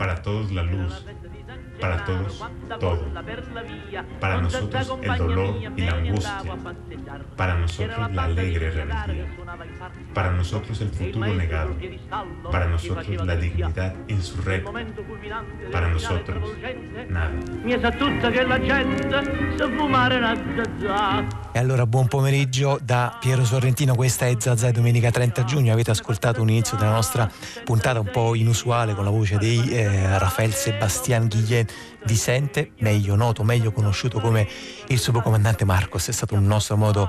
para todos la luz, para todos todo, para nosotros el dolor y la angustia, para nosotros la alegre rebeldía, para nosotros el futuro negado, para nosotros la dignidad insurrecta, para nosotros nada. Mi sa tutta che la gente sa fumare una zazà. E allora buon pomeriggio da Piero Sorrentino, questa è Zazà domenica 30 giugno, avete ascoltato un inizio della nostra puntata un po' inusuale con la voce di Rafael Sebastián Guillén Vicente, meglio noto, meglio conosciuto come il subcomandante Marcos. È stato un nostro modo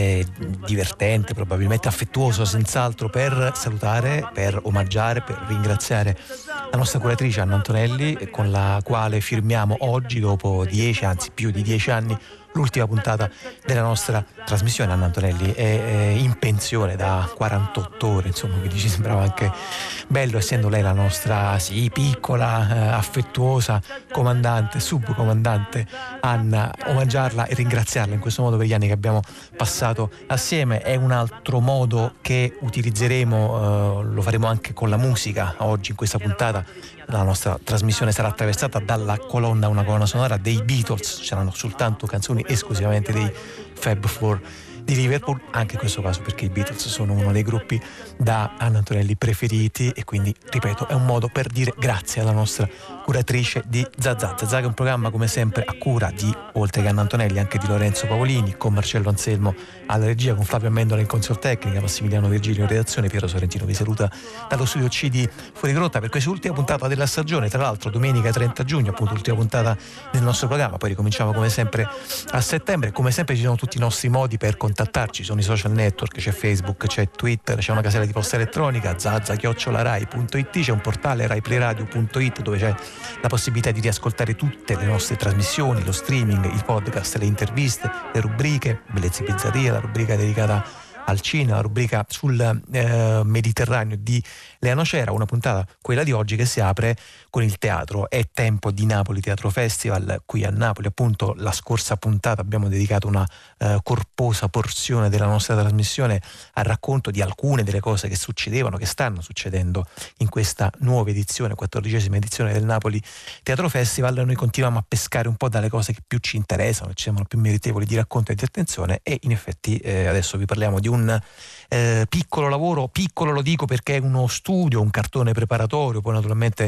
divertente, probabilmente affettuoso senz'altro, per salutare, per omaggiare, per ringraziare la nostra curatrice Anna Antonelli, con la quale firmiamo oggi, dopo 10, anzi più di 10 anni, l'ultima puntata della nostra trasmissione. Anna Antonelli è in pensione da 48 ore, insomma, quindi ci sembrava anche bello, essendo lei la nostra, sì, piccola, affettuosa comandante, subcomandante Anna, omaggiarla e ringraziarla in questo modo per gli anni che abbiamo passato assieme. È un altro modo che utilizzeremo, lo faremo anche con la musica. Oggi in questa puntata la nostra trasmissione sarà attraversata dalla una colonna sonora dei Beatles, saranno soltanto canzoni esclusivamente dei Fab Four di Liverpool, anche in questo caso perché i Beatles sono uno dei gruppi da Anna Antonelli preferiti, e quindi, ripeto, è un modo per dire grazie alla nostra curatrice di Zazà. Zazà, che è un programma come sempre a cura di, oltre che Anna Antonelli, anche di Lorenzo Paolini, con Marcello Anselmo alla regia, con Flavio Amendola in console tecnica, Massimiliano Virgilio in redazione. Piero Sorrentino vi saluta dallo studio C di Fuorigrotta per questa ultima puntata della stagione, tra l'altro domenica 30 giugno, appunto l'ultima puntata del nostro programma. Poi ricominciamo come sempre a settembre. Come sempre ci sono tutti i nostri modi per contattarci, sono i social network, c'è Facebook, c'è Twitter, c'è una casella di posta elettronica zazza@rai.it, c'è un portale raiplayradio.it dove c'è la possibilità di riascoltare tutte le nostre trasmissioni, lo streaming, il podcast, le interviste, le rubriche, Bellezze e Bizzarria, la rubrica dedicata al cinema, la rubrica sul Mediterraneo di Lea Nocera, una puntata, quella di oggi, che si apre con il teatro. È tempo di Napoli Teatro Festival qui a Napoli. Appunto, la scorsa puntata abbiamo dedicato una corposa porzione della nostra trasmissione al racconto di alcune delle cose che succedevano, che stanno succedendo in questa nuova edizione, 14ª edizione del Napoli Teatro Festival. Noi continuiamo a pescare un po' dalle cose che più ci interessano, che ci sembrano più meritevoli di racconto e di attenzione, e in effetti adesso vi parliamo di un piccolo lavoro. Piccolo lo dico perché è uno studio, un cartone preparatorio. Poi naturalmente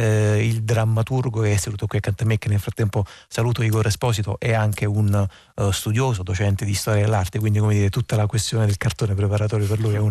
il drammaturgo che è seduto qui accanto a me, che nel frattempo saluto, Igor Esposito, è anche un studioso, docente di storia dell'arte, quindi, come dire, tutta la questione del cartone preparatorio per lui è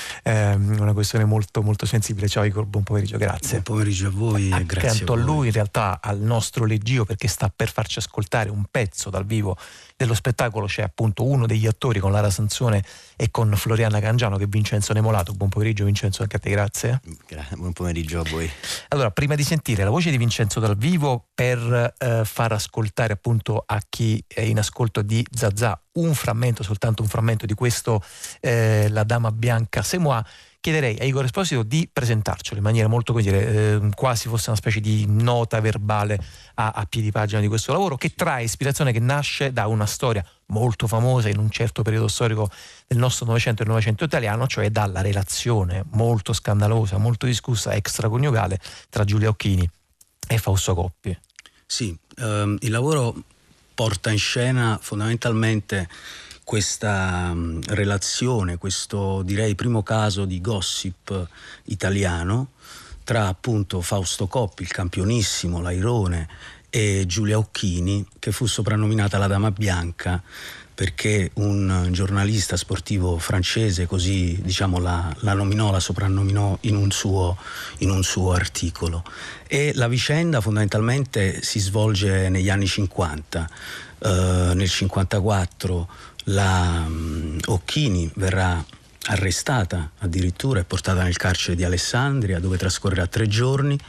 una questione molto molto sensibile. Ciao Igor, buon pomeriggio, grazie. Buon pomeriggio a voi e grazie. Accanto a lui, in realtà, al nostro leggio, perché sta per farci ascoltare un pezzo dal vivo dello spettacolo, c'è appunto uno degli attori, con Lara Sansone e con Floriana Cangiano, che è Vincenzo Nemolato. Buon pomeriggio Vincenzo, anche a te, grazie. Buon pomeriggio a voi. Allora, prima di sentire la voce di Vincenzo dal vivo, per far ascoltare appunto a chi è in ascolto di Zazà soltanto un frammento di questo La Dama Bianca C'est Moi, chiederei a Igor Esposito di presentarcelo in maniera molto, come dire, quasi fosse una specie di nota verbale a piedi pagina di questo lavoro, che trae ispirazione, che nasce da una storia molto famosa in un certo periodo storico del nostro Novecento e il Novecento italiano, cioè dalla relazione molto scandalosa, molto discussa, extraconiugale tra Giulia Occhini e Fausto Coppi. Sì, il lavoro porta in scena fondamentalmente questa relazione, questo, direi, primo caso di gossip italiano tra appunto Fausto Coppi, il campionissimo, l'airone, e Giulia Occhini, che fu soprannominata la Dama Bianca perché un giornalista sportivo francese così, diciamo, la soprannominò in un suo articolo. E la vicenda fondamentalmente si svolge negli anni 50. Nel 54 la Occhini verrà arrestata addirittura e portata nel carcere di Alessandria, dove trascorrerà 3 giorni.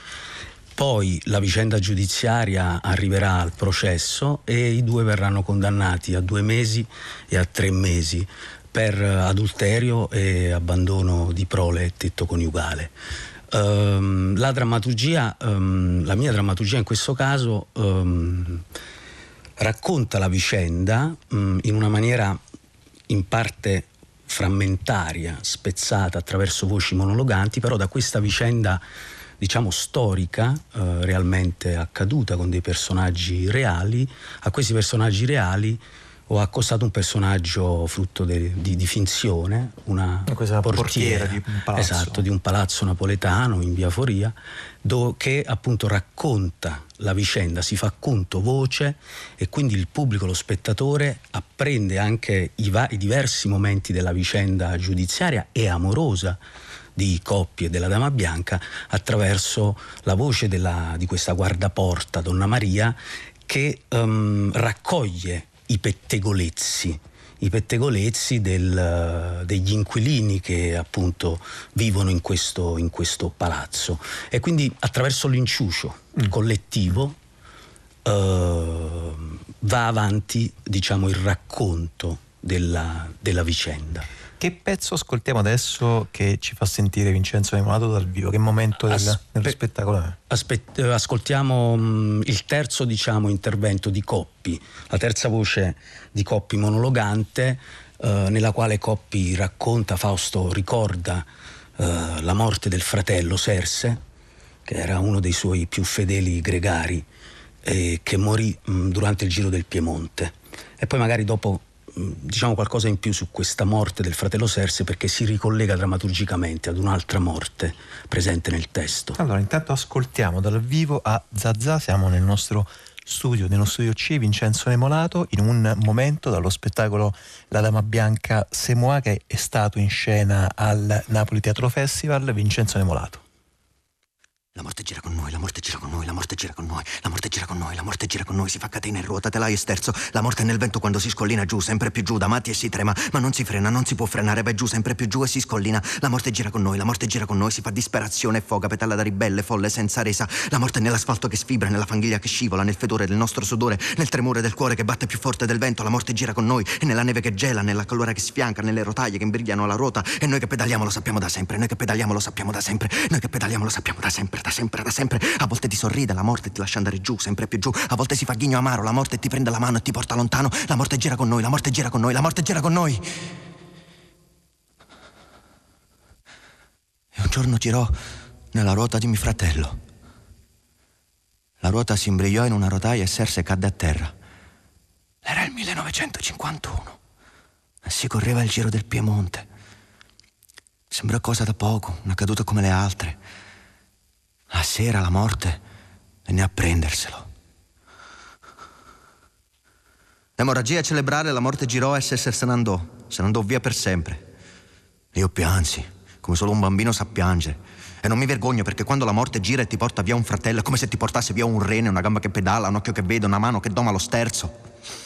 Poi la vicenda giudiziaria arriverà al processo e i due verranno condannati a 2 mesi e a 3 mesi per adulterio e abbandono di prole e tetto coniugale. La mia drammaturgia in questo caso racconta la vicenda in una maniera in parte frammentaria, spezzata attraverso voci monologanti, però da questa vicenda diciamo storica, realmente accaduta, con dei personaggi reali. A questi personaggi reali ho accostato un personaggio frutto di finzione, una portiera di un palazzo. Esatto, di un palazzo napoletano in via Foria, che appunto racconta la vicenda, si fa conto voce, e quindi il pubblico, lo spettatore, apprende anche i diversi momenti della vicenda giudiziaria e amorosa di Coppi e della Dama Bianca attraverso la voce di questa guardaporta, Donna Maria, che raccoglie i pettegolezzi degli inquilini che appunto vivono in questo palazzo, e quindi attraverso l'inciucio collettivo va avanti, diciamo, il racconto della vicenda. Che pezzo ascoltiamo adesso che ci fa sentire Vincenzo Nemolato dal vivo? Che momento dello spettacolo è? Ascoltiamo il terzo, diciamo, intervento di Coppi, la terza voce di Coppi monologante, nella quale Coppi racconta, Fausto ricorda la morte del fratello Serse, che era uno dei suoi più fedeli gregari, che morì durante il Giro del Piemonte. E poi magari dopo diciamo qualcosa in più su questa morte del fratello Serse, perché si ricollega drammaturgicamente ad un'altra morte presente nel testo. Allora, intanto ascoltiamo dal vivo a Zazà. Siamo nello studio C, Vincenzo Nemolato, in un momento dallo spettacolo La Dama Bianca Semois, che è stato in scena al Napoli Teatro Festival. Vincenzo Nemolato. La morte gira con noi, la morte gira con noi, la morte gira con noi, la morte gira con noi, la morte gira con noi, si fa catena e ruota, telaio e sterzo, la morte è nel vento quando si scollina giù, sempre più giù, da matti e si trema, ma non si frena, non si può frenare, va giù sempre più giù e si scollina, la morte gira con noi, la morte gira con noi, si fa disperazione e foga, petalla da ribelle, folle senza resa, la morte è nell'asfalto che sfibra, nella fanghiglia che scivola, nel fedore del nostro sudore, nel tremore del cuore che batte più forte del vento, la morte gira con noi, e nella neve che gela, nella calore che sfianca, nelle rotaie che imbrigliano alla ruota, e noi che pedaliamo lo sappiamo da sempre, noi che pedaliamo lo sappiamo da sempre, noi che pedaliamo lo sappiamo da sempre, da sempre, da sempre. A volte ti sorride la morte e ti lascia andare giù, sempre più giù. A volte si fa ghigno amaro, la morte ti prende la mano e ti porta lontano. La morte gira con noi, la morte gira con noi, la morte gira con noi. E un giorno girò nella ruota di mio fratello. La ruota si imbrigliò in una rotaia e Serse cadde a terra. Era il 1951 e si correva il Giro del Piemonte. Sembrò cosa da poco, una caduta come le altre. La sera la morte venne a prenderselo. L'emorragia a celebrare, la morte girò e se ne andò via per sempre. Io piansi, come solo un bambino sa piangere. E non mi vergogno, perché quando la morte gira e ti porta via un fratello, è come se ti portasse via un rene, una gamba che pedala, un occhio che vede, una mano che doma lo sterzo.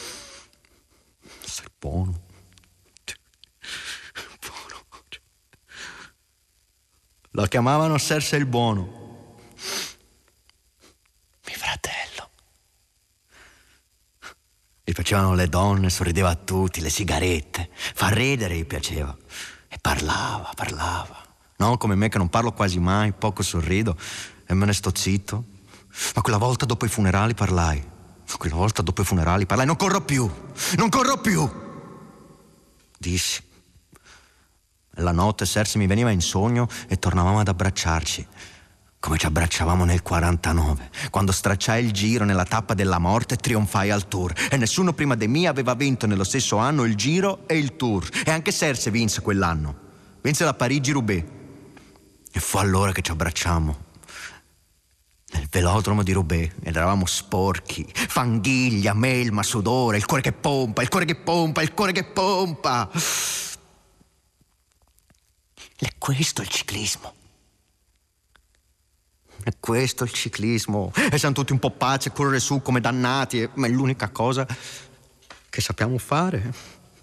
Sei buono. Buono. Lo chiamavano Serse il Buono. Mio fratello. Gli piacevano le donne, sorrideva a tutti, le sigarette. Fa ridere gli piaceva. E parlava. Non come me che non parlo quasi mai, poco sorrido e me ne sto zitto. Ma quella volta dopo i funerali parlai. Non corro più. Dissi. La notte Serse mi veniva in sogno e tornavamo ad abbracciarci, come ci abbracciavamo nel 49, quando stracciai il Giro nella tappa della morte e trionfai al Tour. E nessuno prima di me aveva vinto nello stesso anno il Giro e il Tour. E anche Serse vinse quell'anno. Vinse la Parigi-Roubaix. E fu allora che ci abbracciammo nel velodromo di Roubaix, ed eravamo sporchi, fanghiglia, melma, sudore, il cuore che pompa. È questo il ciclismo. E siamo tutti un po' pazzi a correre su come dannati, ma è l'unica cosa che sappiamo fare.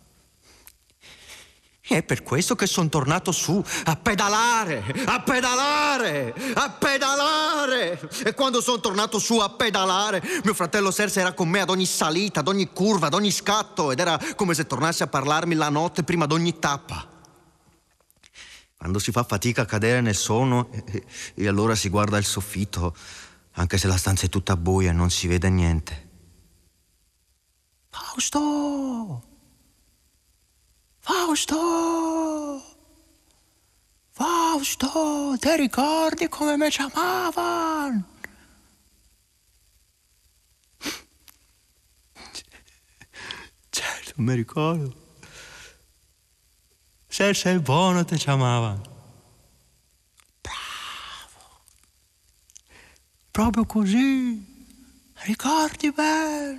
E è per questo che sono tornato su a pedalare. E quando sono tornato su a pedalare, mio fratello Serse era con me ad ogni salita, ad ogni curva, ad ogni scatto, ed era come se tornasse a parlarmi la notte prima di ogni tappa. Quando si fa fatica a cadere nel sonno e allora si guarda il soffitto, anche se la stanza è tutta buia e non si vede niente. Fausto! Fausto, ti ricordi come mi chiamavano? Certo, mi ricordo. Se sei buono ti chiamavano. Bravo. Proprio così. Ricordi bene.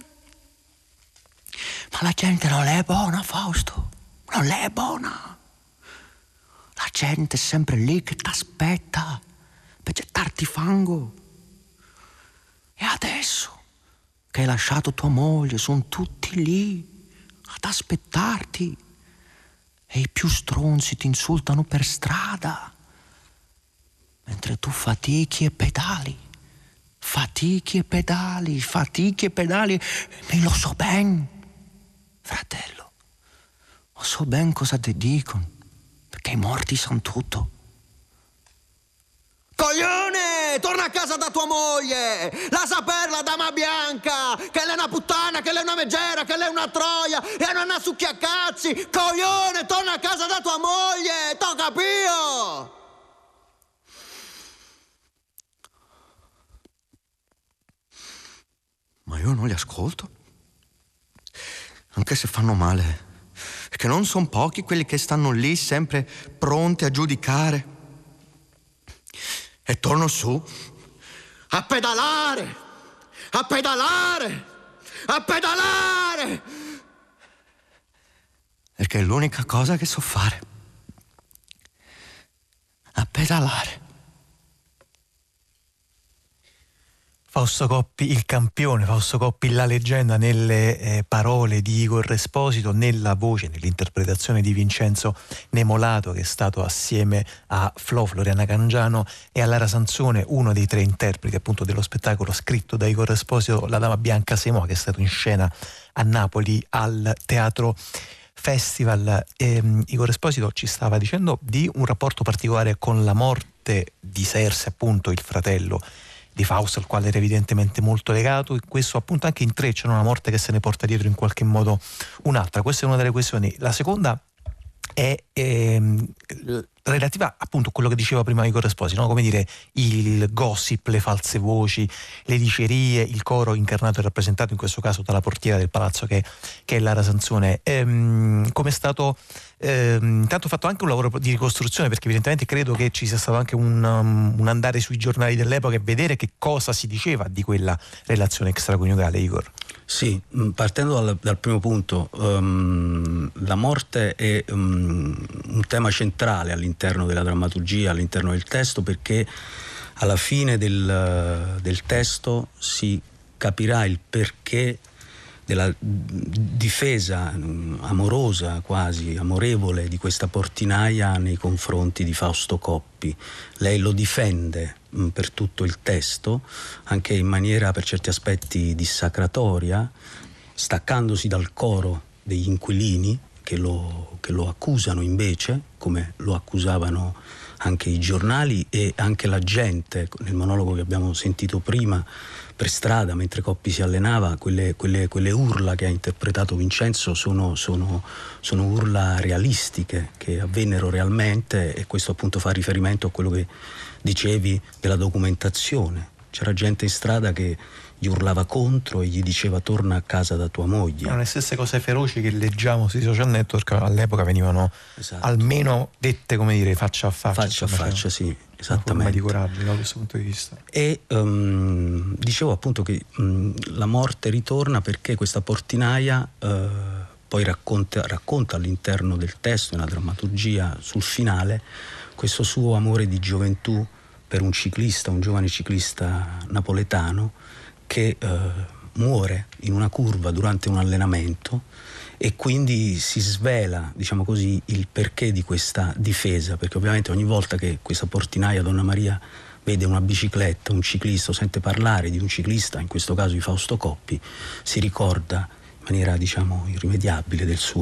Ma la gente non è buona, Fausto. Non è buona. La gente è sempre lì che t'aspetta per gettarti fango. E adesso che hai lasciato tua moglie, sono tutti lì ad aspettarti. E i più stronzi ti insultano per strada. Mentre tu fatichi e pedali. Fatichi e pedali, fatichi e pedali. E lo so ben, fratello. Lo so ben cosa ti dicono. Perché i morti sanno tutto. Coglione! Torna a casa da tua moglie! La saperla, dama bianca! Che lei è una puttana, che lei è una megera, che lei è una troia! E non ha succhi a cazzi! Coglione! Torna a casa da tua moglie! T'ho capito! Ma io non li ascolto. Anche se fanno male. Perché non sono pochi quelli che stanno lì sempre pronti a giudicare. E torno su a pedalare, a pedalare, a pedalare. Perché è l'unica cosa che so fare. A pedalare. Fausto Coppi, il campione, Fausto Coppi, la leggenda, nelle parole di Igor Esposito, nella voce, nell'interpretazione di Vincenzo Nemolato, che è stato assieme a Floriana Cangiano e a Lara Sansone uno dei tre interpreti appunto dello spettacolo scritto da Igor Esposito, La Dama Bianca Semo, che è stato in scena a Napoli al Teatro Festival. Igor Esposito ci stava dicendo di un rapporto particolare con la morte di Serse, appunto il fratello di Fausto, al quale era evidentemente molto legato, e questo appunto anche intreccia una morte che se ne porta dietro in qualche modo un'altra. Questa è una delle questioni. La seconda è relativa appunto a quello che diceva prima Igor Esposito, no? Come dire, il gossip, le false voci, le dicerie, il coro incarnato e rappresentato in questo caso dalla portiera del palazzo che è Lara Sansone. Come è stato intanto fatto anche un lavoro di ricostruzione, perché evidentemente credo che ci sia stato anche un andare sui giornali dell'epoca e vedere che cosa si diceva di quella relazione extraconiugale, Igor. Sì, partendo dal primo punto, la morte è un tema centrale all'interno della drammaturgia, all'interno del testo, perché alla fine del testo si capirà il perché della difesa amorosa, quasi amorevole, di questa portinaia nei confronti di Fausto Coppi. Lei lo difende per tutto il testo, anche in maniera per certi aspetti dissacratoria, staccandosi dal coro degli inquilini che lo accusano invece, come lo accusavano anche i giornali e anche la gente. Nel monologo che abbiamo sentito prima, per strada, mentre Coppi si allenava, quelle urla che ha interpretato Vincenzo sono urla realistiche che avvennero realmente, e questo appunto fa riferimento a quello che dicevi della documentazione. C'era gente in strada che gli urlava contro e gli diceva torna a casa da tua moglie. Erano le stesse cose feroci che leggiamo sui social network, all'epoca venivano almeno dette, come dire, faccia a faccia. Faccia a faccia, sì, esattamente. Una forma di coraggio da questo punto di vista. E dicevo appunto che la morte ritorna perché questa portinaia poi racconta all'interno del testo, nella drammaturgia, sul finale, questo suo amore di gioventù per un ciclista, un giovane ciclista napoletano che muore in una curva durante un allenamento, e quindi si svela, diciamo così, il perché di questa difesa, perché ovviamente ogni volta che questa portinaia, Donna Maria, vede una bicicletta, un ciclista, o sente parlare di un ciclista, in questo caso di Fausto Coppi, si ricorda in maniera, diciamo, irrimediabile del suo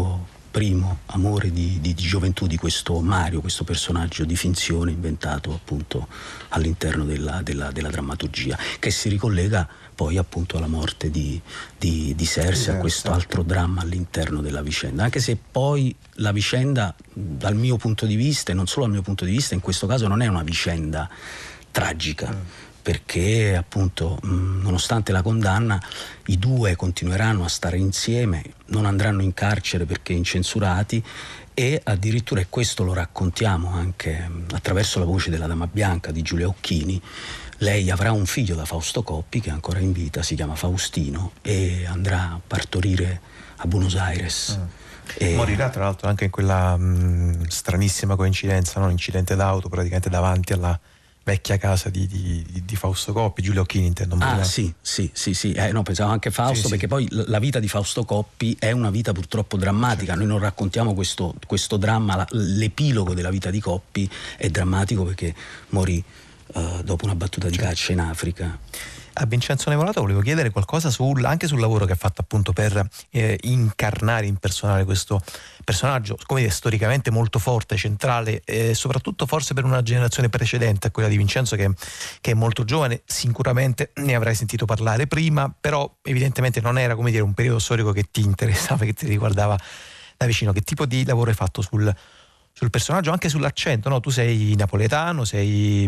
primo amore di gioventù di questo Mario, questo personaggio di finzione inventato appunto all'interno della drammaturgia, che si ricollega poi appunto alla morte di Cersei, a questo altro dramma all'interno della vicenda, anche se poi la vicenda dal mio punto di vista, e non solo dal mio punto di vista, in questo caso non è una vicenda tragica, perché appunto nonostante la condanna i due continueranno a stare insieme, non andranno in carcere perché incensurati, e addirittura, e questo lo raccontiamo anche attraverso la voce della Dama Bianca di Giulia Occhini, lei avrà un figlio da Fausto Coppi che è ancora in vita, si chiama Faustino, e andrà a partorire a Buenos Aires. E morirà tra l'altro anche in quella stranissima coincidenza, no? Incidente d'auto praticamente davanti alla vecchia casa di Fausto Coppi, Giulia Occhini intendo. Sì. No, pensavo anche Fausto, perché poi la vita di Fausto Coppi è una vita purtroppo drammatica. Noi non raccontiamo questo dramma, l'epilogo della vita di Coppi è drammatico perché morì dopo una battuta di caccia in Africa. A Vincenzo Nevolato volevo chiedere qualcosa anche sul lavoro che ha fatto appunto per incarnare, impersonare questo personaggio, come dire, storicamente molto forte, centrale, soprattutto forse per una generazione precedente a quella di Vincenzo che è molto giovane. Sicuramente ne avrai sentito parlare prima, però evidentemente non era, come dire, un periodo storico che ti interessava, che ti riguardava da vicino. Che tipo di lavoro hai fatto sul personaggio, anche sull'accento, no? Tu sei napoletano, hai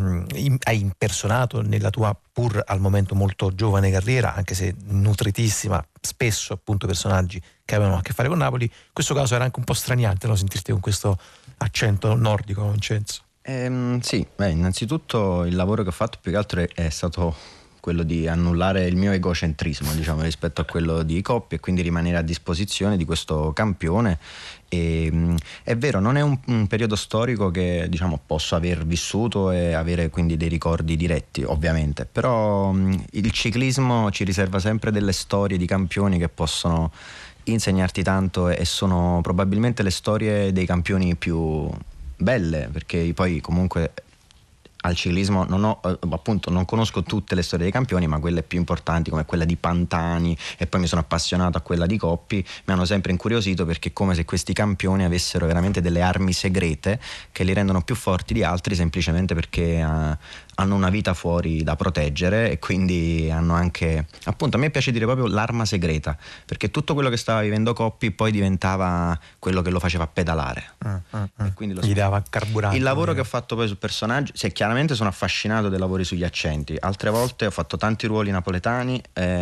impersonato nella tua pur al momento molto giovane carriera, anche se nutritissima, spesso appunto personaggi che avevano a che fare con Napoli. In questo caso era anche un po' straniante, no? Sentirti con questo accento nordico, Vincenzo. Sì, innanzitutto il lavoro che ho fatto più che altro è stato quello di annullare il mio egocentrismo, diciamo, rispetto a quello di Coppi, e quindi rimanere a disposizione di questo campione. E, è vero, non è un periodo storico che, diciamo, posso aver vissuto e avere quindi dei ricordi diretti, ovviamente, però il ciclismo ci riserva sempre delle storie di campioni che possono insegnarti tanto, e sono probabilmente le storie dei campioni più belle, perché poi comunque al ciclismo non conosco tutte le storie dei campioni, ma quelle più importanti come quella di Pantani, e poi mi sono appassionato a quella di Coppi, mi hanno sempre incuriosito, perché è come se questi campioni avessero veramente delle armi segrete che li rendono più forti di altri, semplicemente perché hanno una vita fuori da proteggere, e quindi hanno anche, appunto, a me piace dire proprio l'arma segreta, perché tutto quello che stava vivendo Coppi poi diventava quello che lo faceva pedalare. E quindi gli dava carburante. Il lavoro che ho fatto poi sul personaggio, chiaramente sono affascinato dei lavori sugli accenti, altre volte ho fatto tanti ruoli napoletani,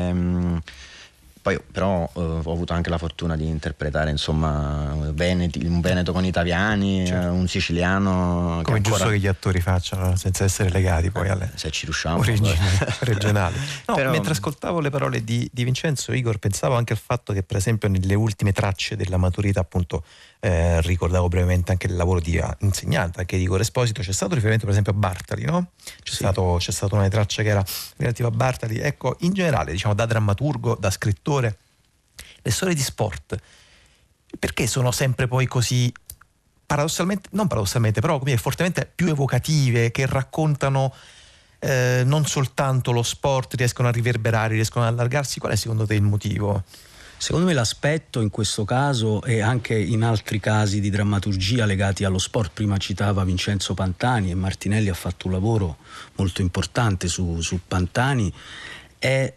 poi però ho avuto anche la fortuna di interpretare, insomma, un veneto con italiani, certo, un siciliano, come giusto che gli attori facciano, senza essere legati poi alle se ci riusciamo origini regionali. No, però, mentre ascoltavo le parole di Vincenzo, Igor, pensavo anche al fatto che per esempio nelle ultime tracce della maturità, appunto, ricordavo brevemente anche il lavoro di insegnante anche di Igor Esposito. C'è stato riferimento per esempio a Bartali, no? C'è stata una traccia che era relativa a Bartali. Ecco, in generale, diciamo, da drammaturgo, da scrittore, le storie di sport perché sono sempre poi così non paradossalmente, però come fortemente più evocative, che raccontano non soltanto lo sport, riescono a riverberare, riescono ad allargarsi? Qual è secondo te il motivo? Secondo me l'aspetto in questo caso, e anche in altri casi di drammaturgia legati allo sport, prima citava Vincenzo Pantani e Martinelli ha fatto un lavoro molto importante su Pantani, è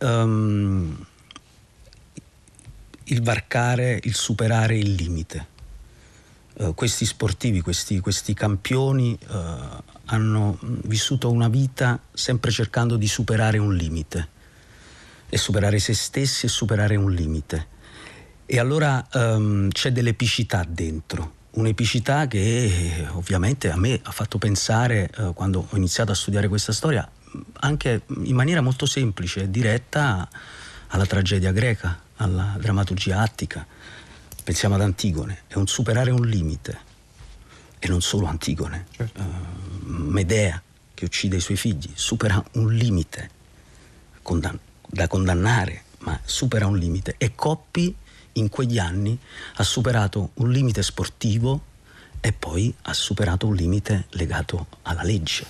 il varcare, il superare il limite. Questi sportivi, questi campioni hanno vissuto una vita sempre cercando di superare un limite, e superare se stessi e superare un limite. E allora c'è dell'epicità dentro, un'epicità che ovviamente a me ha fatto pensare, quando ho iniziato a studiare questa storia, anche in maniera molto semplice e diretta, alla tragedia greca, alla drammaturgia attica. Pensiamo ad Antigone, è un superare un limite, e non solo Antigone, certo. Medea che uccide i suoi figli supera un limite da condannare, ma supera un limite, e Coppi in quegli anni ha superato un limite sportivo e poi ha superato un limite legato alla legge.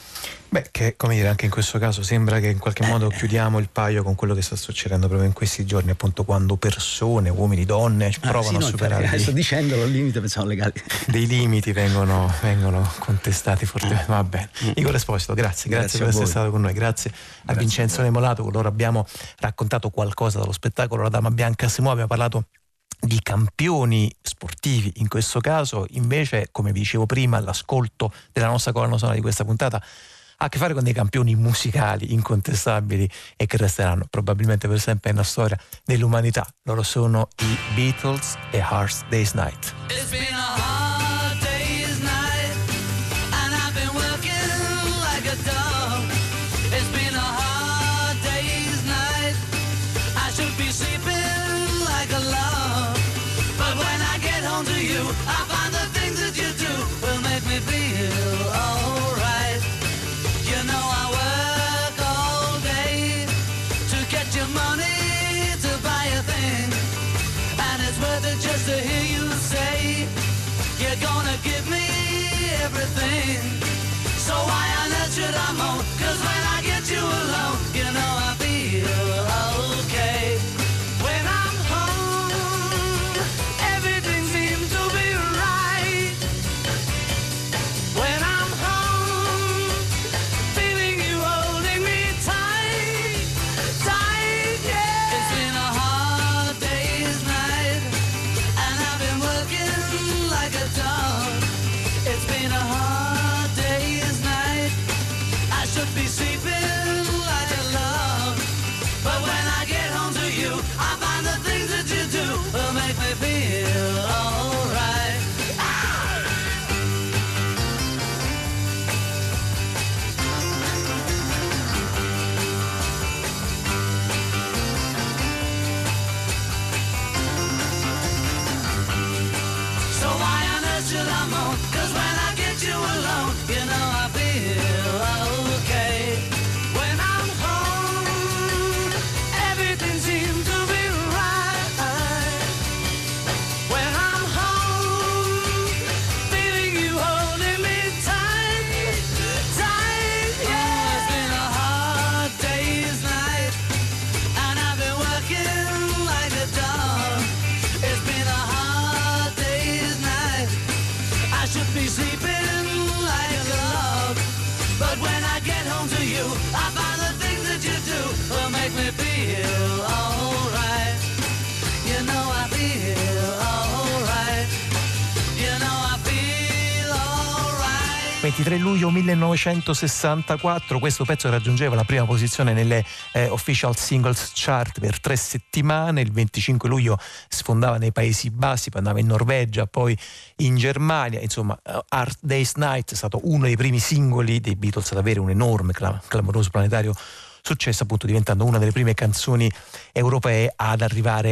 Beh, che come dire, anche in questo caso sembra che in qualche modo chiudiamo il paio con quello che sta succedendo proprio in questi giorni, appunto, quando persone, uomini, donne provano a superare sto dicendo al limite, pensavo legati. Dei limiti vengono contestati fortemente. Va bene. Igor Esposito, grazie per essere stato con noi, grazie a Vincenzo Remolato. Con loro abbiamo raccontato qualcosa dallo spettacolo La Dama Bianca si muove, abbiamo parlato di campioni sportivi. In questo caso invece, come vi dicevo prima, l'ascolto della nostra colonna sonora di questa puntata ha a che fare con dei campioni musicali incontestabili e che resteranno probabilmente per sempre nella storia dell'umanità. Loro sono i Beatles e Hard Day's Night. It's been a hard day's night and I've been working like a dog. It's been a hard day's night, I should be sleeping like a log. But when I get home to you, I find the things that you do will make me feel alright. You know I work all day to get your money to buy a thing, and it's worth it just to hear you say you're gonna give me everything. So why on earth should I moan? 'Cause when I get you alone, you know I feel okay. When I'm home, everything seems to be right. When I'm home, feeling you holding me tight, tight, yeah. It's been a hard day's night and I've been working like a dog. It's been a hard day's night, I should be sleeping like a log. But when I get home to you, I find the things that you do will make me feel alright. So why on earth should I moan? 'Cause when I get you alone, you know I feel okay. When I'm home, everything seems to be right. When I'm home, feeling you holding me tight, tight, yeah. It's been a hard day's night and I've been working like a dog. It's been a hard day's night, I should be sleeping like a log. But when I get home to you, I find the things that you do will make me feel alright. You know I feel alright. You know I feel alright. 23 luglio 1964, questo pezzo raggiungeva la prima posizione nelle Official Singles Chart per 3 settimane. Il 25 luglio sfondava nei Paesi Bassi, poi andava in Norvegia, poi in Germania. Insomma, Hard Day's Night è stato uno dei primi singoli dei Beatles ad avere un enorme, clamoroso planetario successo, appunto diventando una delle prime canzoni europee ad arrivare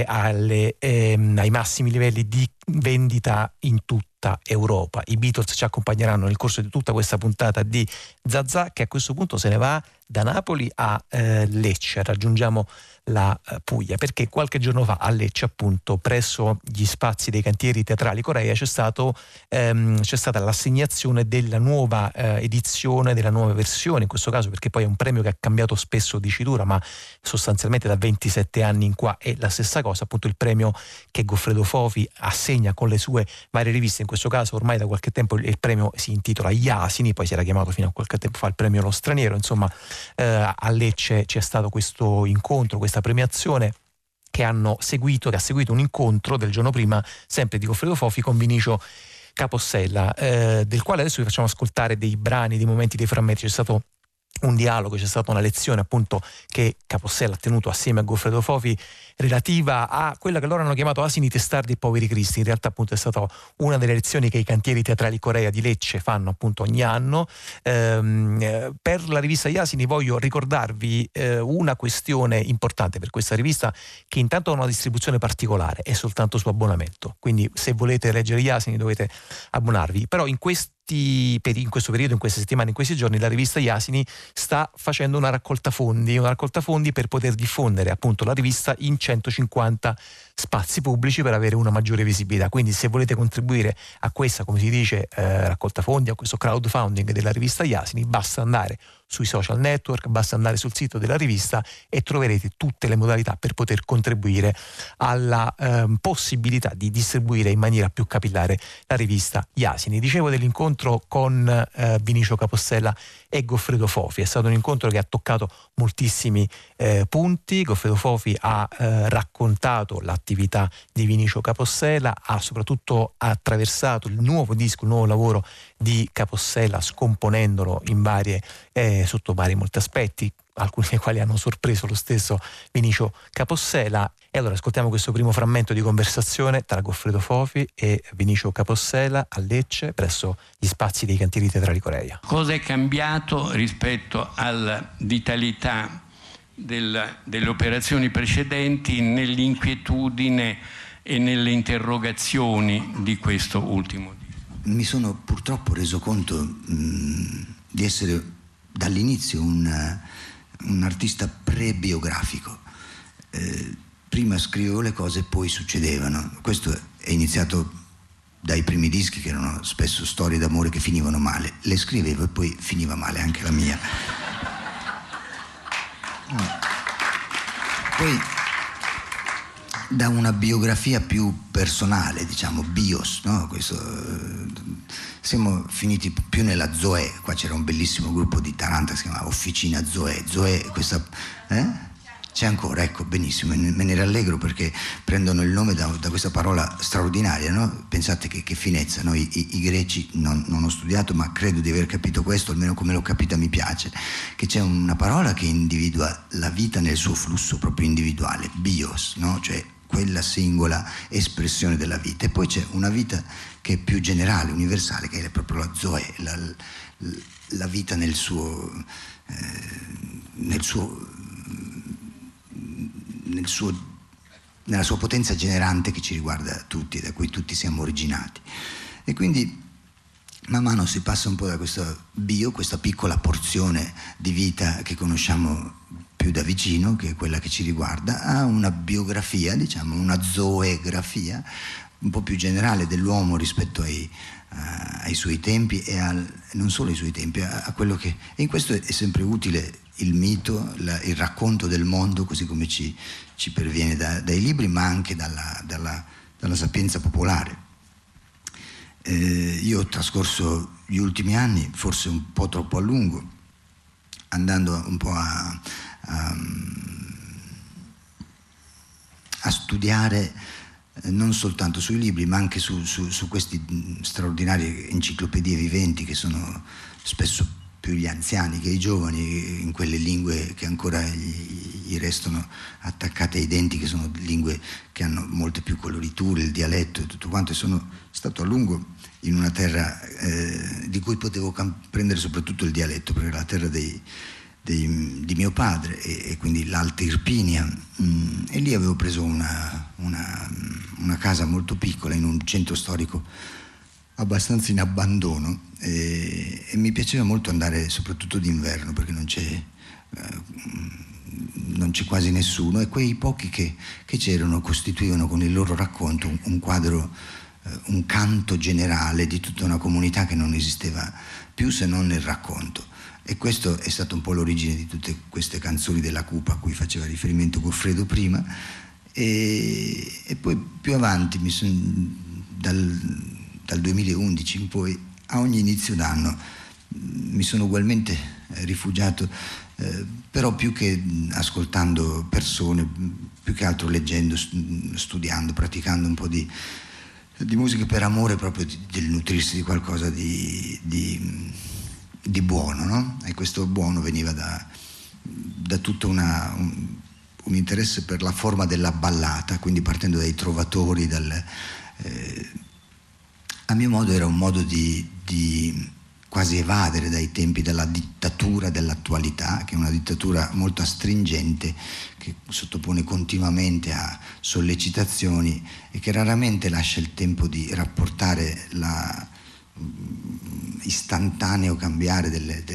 ai massimi livelli di vendita in tutta Europa. I Beatles ci accompagneranno nel corso di tutta questa puntata di Zazà, che a questo punto se ne va da Napoli a Lecce. Raggiungiamo la Puglia, perché qualche giorno fa a Lecce, appunto, presso gli spazi dei cantieri teatrali Coreia c'è stata l'assegnazione della nuova edizione, della nuova versione, in questo caso perché poi è un premio che ha cambiato spesso dicitura, ma sostanzialmente da 27 anni in qua è la stessa cosa, appunto il premio che Goffredo Fofi assegna con le sue varie riviste. In questo caso ormai da qualche tempo il premio si intitola Gli Asini, poi si era chiamato fino a qualche tempo fa il premio Lo Straniero. Insomma, a Lecce c'è stato questo incontro, questa premiazione che ha seguito un incontro del giorno prima sempre di Goffredo Fofi con Vinicio Capossela, del quale adesso vi facciamo ascoltare dei brani, dei momenti, dei frammenti. C'è stato un dialogo, c'è stata una lezione appunto che Capossela ha tenuto assieme a Goffredo Fofi relativa a quella che loro hanno chiamato Asini testardi e poveri cristi. In realtà appunto è stata una delle lezioni che i cantieri teatrali Coreia di Lecce fanno appunto ogni anno. Per la rivista Gli Asini voglio ricordarvi una questione importante per questa rivista, che intanto ha una distribuzione particolare, è soltanto su abbonamento, quindi se volete leggere Gli Asini dovete abbonarvi. Però in questo periodo, in queste settimane, in questi giorni, la rivista Gli Asini sta facendo una raccolta fondi per poter diffondere appunto la rivista in 150 spazi pubblici per avere una maggiore visibilità. Quindi se volete contribuire a questa, come si dice, raccolta fondi, a questo crowdfunding della rivista Gli Asini, basta andare sui social network, basta andare sul sito della rivista e troverete tutte le modalità per poter contribuire alla possibilità di distribuire in maniera più capillare la rivista Gli Asini. Dicevo dell'incontro con Vinicio Capossela e Goffredo Fofi. È stato un incontro che ha toccato moltissimi punti. Goffredo Fofi ha raccontato l'attività di Vinicio Capossela, ha soprattutto attraversato il nuovo disco, il nuovo lavoro di Capossela, scomponendolo in sotto molti aspetti, alcuni dei quali hanno sorpreso lo stesso Vinicio Capossela. E allora ascoltiamo questo primo frammento di conversazione tra Goffredo Fofi e Vinicio Capossela a Lecce, presso gli spazi dei Cantieri Teatrali Coreia. Cosa è cambiato rispetto alla vitalità delle operazioni precedenti nell'inquietudine e nelle interrogazioni di questo ultimo? Mi sono purtroppo reso conto di essere dall'inizio un artista prebiografico. Prima scrivevo le cose e poi succedevano. Questo è iniziato dai primi dischi, che erano spesso storie d'amore che finivano male. Le scrivevo e poi finiva male anche la mia. Poi da una biografia più personale, diciamo bios, no? Siamo finiti più nella Zoe. Qua c'era un bellissimo gruppo di Taranta che si chiamava Officina Zoe. Questa c'è ancora, ecco, benissimo, me ne rallegro, perché prendono il nome da questa parola straordinaria, no? Pensate che finezza, no? I greci, non ho studiato, ma credo di aver capito questo, almeno come l'ho capita mi piace, che c'è una parola che individua la vita nel suo flusso proprio individuale, bios, no? Cioè quella singola espressione della vita, e poi c'è una vita che è più generale, universale, che è proprio la Zoe, la vita nella sua potenza generante, che ci riguarda tutti, da cui tutti siamo originati. E quindi man mano si passa un po' da questo questa piccola porzione di vita che conosciamo più da vicino, che è quella che ci riguarda, a una biografia, diciamo una zoegrafia un po' più generale dell'uomo rispetto ai suoi tempi e non solo ai suoi tempi, a quello che... E in questo è sempre utile il mito, il racconto del mondo, così come ci perviene dai libri, ma anche dalla sapienza popolare. Io ho trascorso gli ultimi anni, forse un po' troppo a lungo, andando un po' a studiare non soltanto sui libri, ma anche su questi straordinarie enciclopedie viventi, che sono spesso più gli anziani che i giovani, in quelle lingue che ancora gli restano attaccate ai denti, che sono lingue che hanno molte più coloriture, il dialetto e tutto quanto. E sono stato a lungo in una terra di cui potevo prendere soprattutto il dialetto, perché era la terra di mio padre, e quindi l'Alta Irpinia, e lì avevo preso una casa molto piccola in un centro storico abbastanza in abbandono, e mi piaceva molto andare soprattutto d'inverno, perché non c'è quasi nessuno, e quei pochi che c'erano costituivano con il loro racconto un quadro, un canto generale di tutta una comunità che non esisteva più se non nel racconto. E questo è stato un po' l'origine di tutte queste canzoni della Cupa a cui faceva riferimento Goffredo prima, e poi più avanti dal 2011 in poi, a ogni inizio d'anno mi sono ugualmente rifugiato, però più che ascoltando persone, più che altro leggendo, studiando, praticando un po' di musica per amore proprio del nutrirsi di qualcosa di buono, no? E questo buono veniva da tutto un interesse per la forma della ballata, quindi partendo dai trovatori, a mio modo era un modo di quasi evadere dai tempi della dittatura dell'attualità, che è una dittatura molto astringente, che sottopone continuamente a sollecitazioni e che raramente lascia il tempo di rapportare istantaneo cambiare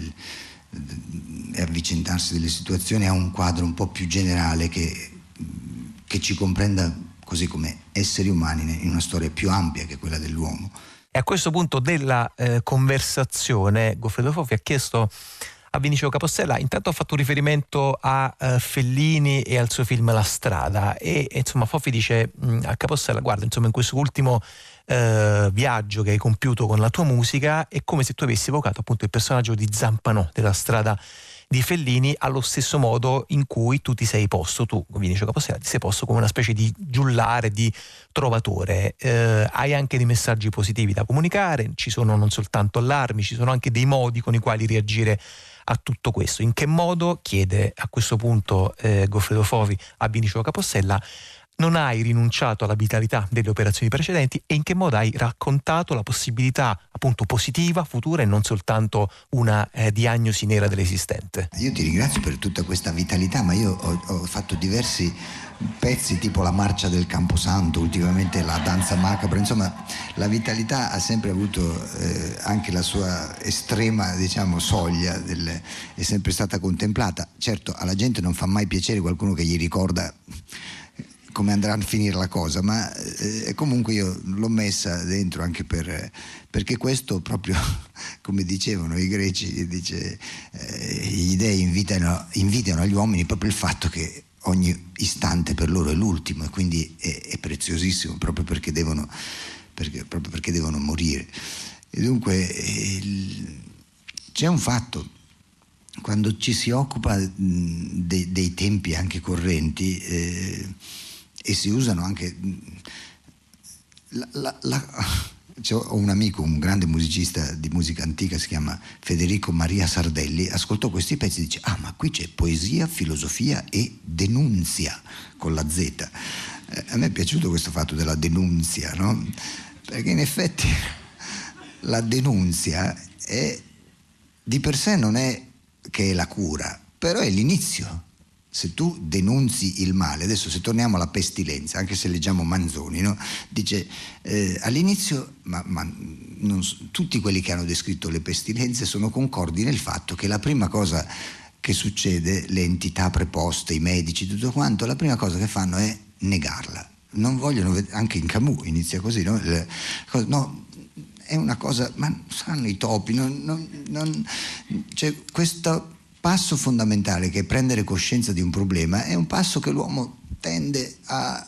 e avvicendarsi delle situazioni a un quadro un po' più generale che ci comprenda così come esseri umani in una storia più ampia che quella dell'uomo. E a questo punto della conversazione Goffredo Fofi ha chiesto a Vinicio Capostella. Intanto ho fatto un riferimento a Fellini e al suo film La strada e insomma Foffi dice a Capostella: guarda, insomma, in questo ultimo viaggio che hai compiuto con la tua musica è come se tu avessi evocato appunto il personaggio di Zampano della strada di Fellini, allo stesso modo in cui tu ti sei posto, tu Vinicio Capostella ti sei posto come una specie di giullare, di trovatore. Hai anche dei messaggi positivi da comunicare, ci sono non soltanto allarmi, ci sono anche dei modi con i quali reagire a tutto questo. In che modo, chiede a questo punto Goffredo Fofi a Vinicio Capostella, non hai rinunciato alla vitalità delle operazioni precedenti e in che modo hai raccontato la possibilità appunto positiva, futura e non soltanto una diagnosi nera dell'esistente? Io ti ringrazio per tutta questa vitalità, ma io ho fatto diversi pezzi tipo la marcia del Camposanto, ultimamente la danza macabra, insomma la vitalità ha sempre avuto anche la sua estrema, diciamo, soglia, è sempre stata contemplata. Certo, alla gente non fa mai piacere qualcuno che gli ricorda come andrà a finire la cosa, ma comunque io l'ho messa dentro anche perché questo proprio, come dicevano i greci, gli dei invitano agli uomini proprio il fatto che ogni istante per loro è l'ultimo e quindi è preziosissimo proprio perché devono morire. E dunque c'è un fatto: quando ci si occupa dei tempi anche correnti e si usano anche ho un amico, un grande musicista di musica antica, si chiama Federico Maria Sardelli, ascoltò questi pezzi e dice: ah, ma qui c'è poesia, filosofia e denunzia con la Z. A me è piaciuto questo fatto della denunzia, no? Perché in effetti la denunzia di per sé non è che è la cura, però è l'inizio. Se tu denunzi il male, adesso se torniamo alla pestilenza, anche se leggiamo Manzoni, no? Dice all'inizio, ma tutti quelli che hanno descritto le pestilenze sono concordi nel fatto che la prima cosa che succede, le entità preposte, i medici, tutto quanto, la prima cosa che fanno è negarla. Non vogliono, anche in Camus inizia così, no? No, è una cosa, ma sanno i topi, cioè questo passo fondamentale che è prendere coscienza di un problema è un passo che l'uomo tende a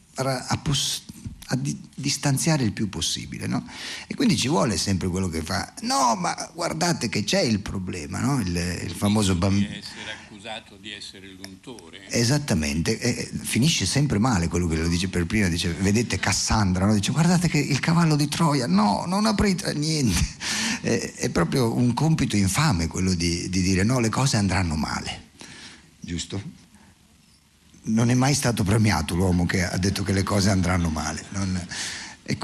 distanziare il più possibile, no? E quindi ci vuole sempre quello che fa: no, ma guardate che c'è il problema, no? Il famoso bambino essere accusato di essere l'untore. Esattamente, finisce sempre male quello che lo dice per prima, dice: vedete Cassandra, no? Dice: guardate che il cavallo di Troia, no, non aprite niente. È proprio un compito infame quello di dire: no, le cose andranno male, giusto? Non è mai stato premiato l'uomo che ha detto che le cose andranno male, e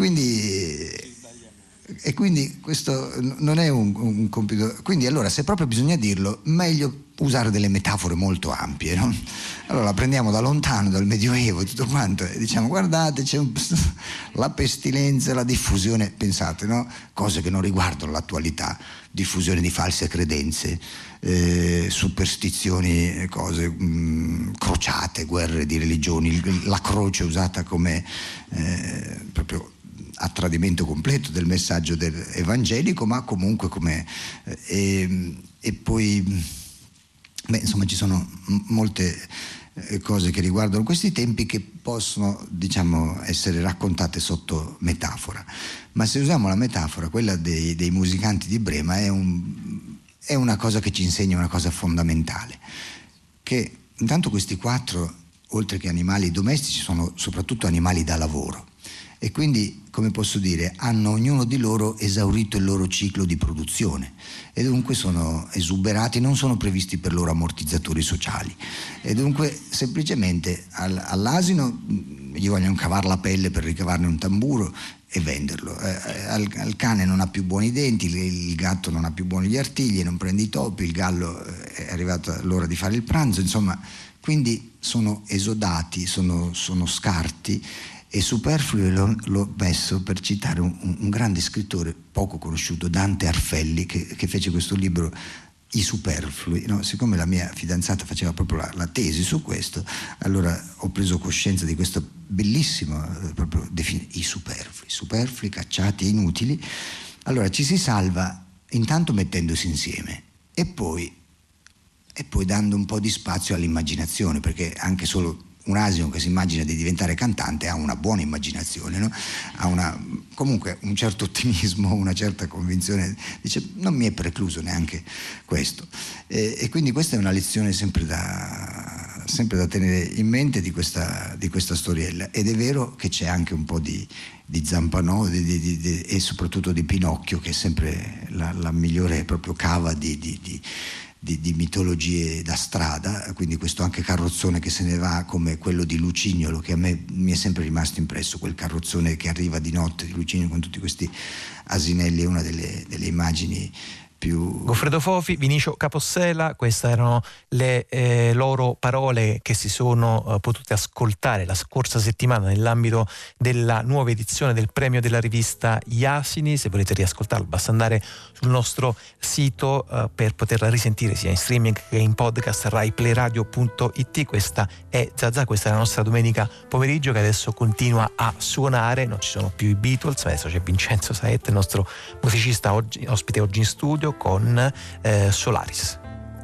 quindi questo non è un compito. Quindi allora, se proprio bisogna dirlo, meglio usare delle metafore molto ampie, no? Allora la prendiamo da lontano, dal Medioevo e tutto quanto, e diciamo: guardate, c'è la pestilenza, la diffusione, pensate, no? Cose che non riguardano l'attualità, diffusione di false credenze, superstizioni, cose, crociate, guerre di religioni, la croce usata come proprio a tradimento completo del messaggio evangelico, ma comunque come e poi insomma ci sono molte cose che riguardano questi tempi che possono, diciamo, essere raccontate sotto metafora, ma se usiamo la metafora, quella dei musicanti di Brema, è una cosa che ci insegna una cosa fondamentale, che intanto questi quattro, oltre che animali domestici, sono soprattutto animali da lavoro. E quindi, come posso dire, hanno ognuno di loro esaurito il loro ciclo di produzione e dunque sono esuberati, non sono previsti per loro ammortizzatori sociali e dunque semplicemente all'asino gli vogliono cavare la pelle per ricavarne un tamburo e venderlo, al cane non ha più buoni denti, il gatto non ha più buoni gli artigli, non prende i topi, il gallo è arrivata l'ora di fare il pranzo, insomma, quindi sono esodati, sono scarti. E superfluo l'ho messo per citare un grande scrittore poco conosciuto, Dante Arfelli, che fece questo libro, I superflui, no? Siccome la mia fidanzata faceva proprio la tesi su questo, allora ho preso coscienza di questo bellissimo, proprio i superflui, cacciati e inutili. Allora ci si salva intanto mettendosi insieme e poi e poi dando un po' di spazio all'immaginazione, perché anche solo un asino che si immagina di diventare cantante ha una buona immaginazione, no? Ha comunque un certo ottimismo, una certa convinzione, dice non mi è precluso neanche questo, e quindi questa è una lezione sempre da tenere in mente di questa storiella. Ed è vero che c'è anche un po' di Zampanò e soprattutto di Pinocchio, che è sempre la migliore proprio cava di mitologie da strada, quindi questo anche carrozzone che se ne va, come quello di Lucignolo, che a me mi è sempre rimasto impresso, quel carrozzone che arriva di notte di Lucignolo con tutti questi asinelli, è una delle immagini più... Goffredo Fofi, Vinicio Capossela, queste erano le loro parole che si sono potute ascoltare la scorsa settimana nell'ambito della nuova edizione del premio della rivista Gli Asini. Se volete riascoltarlo basta andare sul nostro sito per poterla risentire sia in streaming che in podcast, raiplayradio.it. Questa è Zazà, questa è la nostra domenica pomeriggio che adesso continua a suonare. Non ci sono più i Beatles, adesso c'è Vincenzo Saetta, il nostro musicista ospite oggi in studio, con Solaris.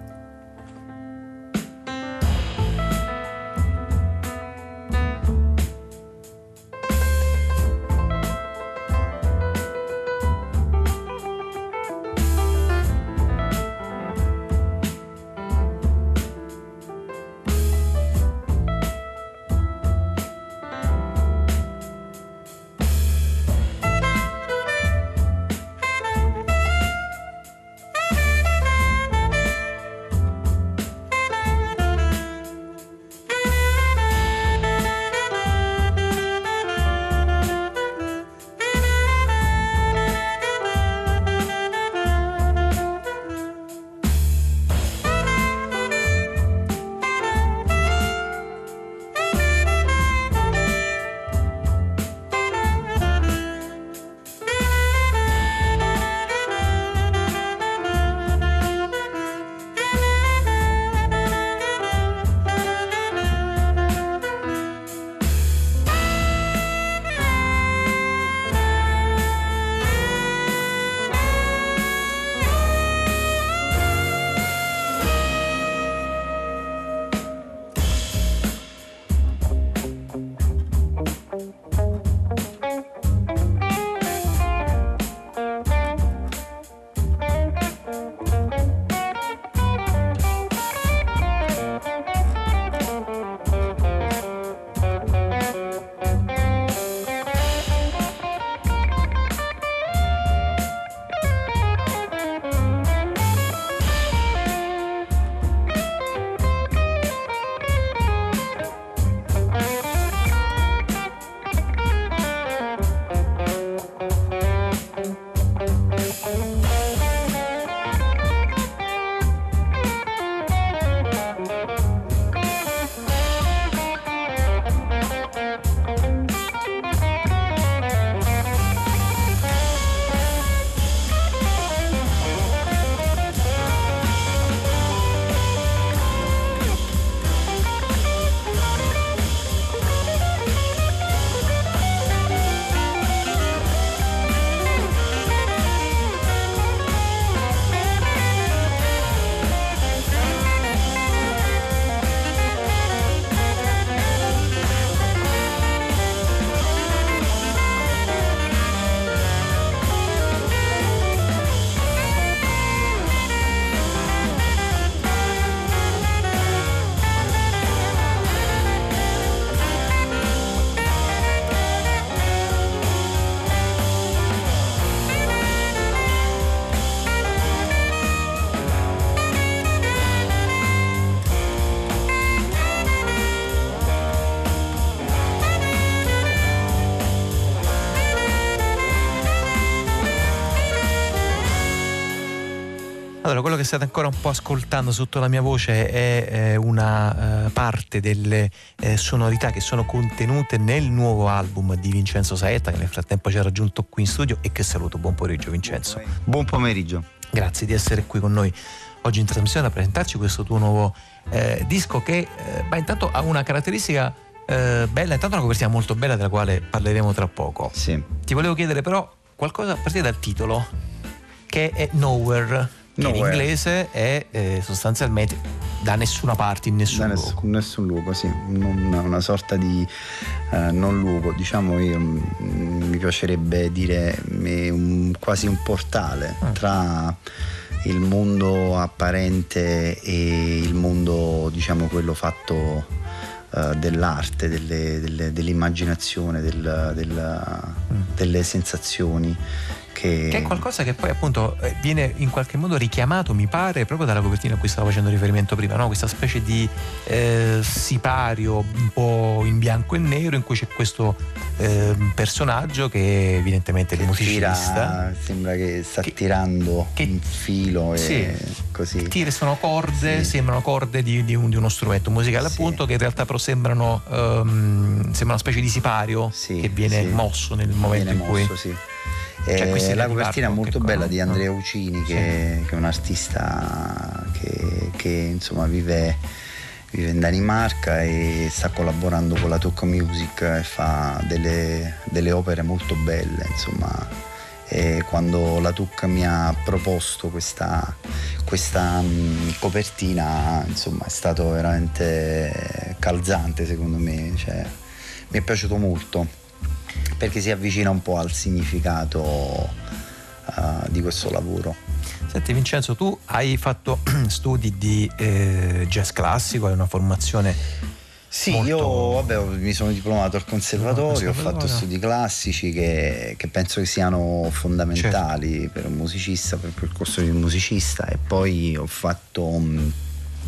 Allora, quello che state ancora un po' ascoltando sotto la mia voce è una parte delle sonorità che sono contenute nel nuovo album di Vincenzo Saetta, che nel frattempo ci ha raggiunto qui in studio e che saluto. Buon pomeriggio Vincenzo. Buon pomeriggio. Grazie di essere qui con noi oggi in trasmissione a presentarci questo tuo nuovo disco che intanto ha una caratteristica bella, intanto una copertina molto bella della quale parleremo tra poco. Sì. Ti volevo chiedere però qualcosa a partire dal titolo, che è Nowhere. Che in inglese è sostanzialmente da nessuna parte, in nessun luogo. Nessun luogo, sì, una sorta di non luogo, diciamo. Io mi piacerebbe dire quasi un portale tra il mondo apparente e il mondo, diciamo, quello fatto dell'arte, dell'immaginazione, delle sensazioni. Che è qualcosa che poi appunto viene in qualche modo richiamato, mi pare, proprio dalla copertina a cui stavo facendo riferimento prima, no? Questa specie di sipario un po' in bianco e nero in cui c'è questo personaggio che evidentemente è il musicista. Sembra che sta tirando un filo e così. Sono corde, sembrano corde di uno strumento musicale, appunto, che in realtà però sembrano una specie di sipario che viene mosso nel momento in cui... La copertina è molto bella, di Andrea Ucini, che è un artista che insomma vive in Danimarca e sta collaborando con la Talk Music e fa delle opere molto belle, insomma. E quando la Talk mi ha proposto questa copertina, insomma, è stato veramente calzante, secondo me, cioè, mi è piaciuto molto, perché si avvicina un po' al significato di questo lavoro. Senti Vincenzo, tu hai fatto studi di jazz classico, hai una formazione... Sì, molto... io mi sono diplomato al conservatorio, ho fatto studi classici che penso che siano fondamentali per un musicista, per il percorso di un musicista, e poi ho fatto...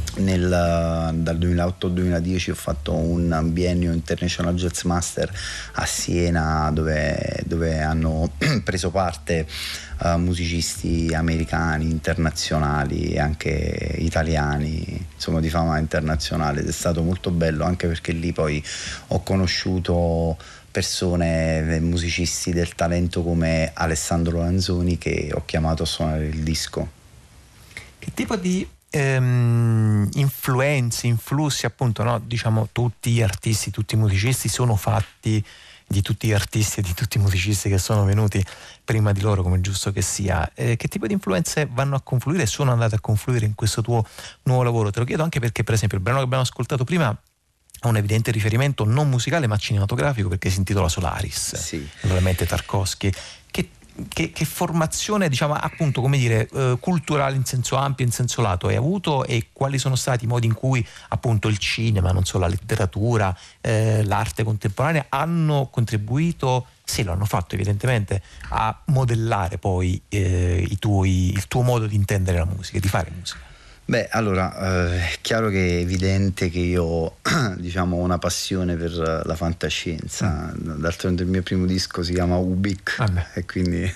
dal 2008 al 2010 ho fatto un biennio International Jazz Master a Siena, dove hanno preso parte musicisti americani, internazionali e anche italiani, insomma, di fama internazionale, ed è stato molto bello, anche perché lì poi ho conosciuto persone, musicisti del talento come Alessandro Lanzoni, che ho chiamato a suonare il disco. Che tipo di influenze, influssi, appunto, no? Diciamo, tutti gli artisti, tutti i musicisti sono fatti di tutti gli artisti e di tutti i musicisti che sono venuti prima di loro, come è giusto che sia. Che tipo di influenze vanno a confluire, sono andate a confluire in questo tuo nuovo lavoro? Te lo chiedo anche perché, per esempio, il brano che abbiamo ascoltato prima ha un evidente riferimento non musicale ma cinematografico, perché si intitola Solaris, naturalmente Tarkovsky. Che formazione, diciamo, appunto, come dire, culturale in senso ampio, in senso lato hai avuto, e quali sono stati i modi in cui appunto il cinema, non solo la letteratura, l'arte contemporanea hanno contribuito, se lo hanno fatto evidentemente, a modellare poi il tuo modo di intendere la musica e di fare musica? Beh, allora, è chiaro che è evidente che io, diciamo, ho una passione per la fantascienza. D'altronde il mio primo disco si chiama Ubik, e quindi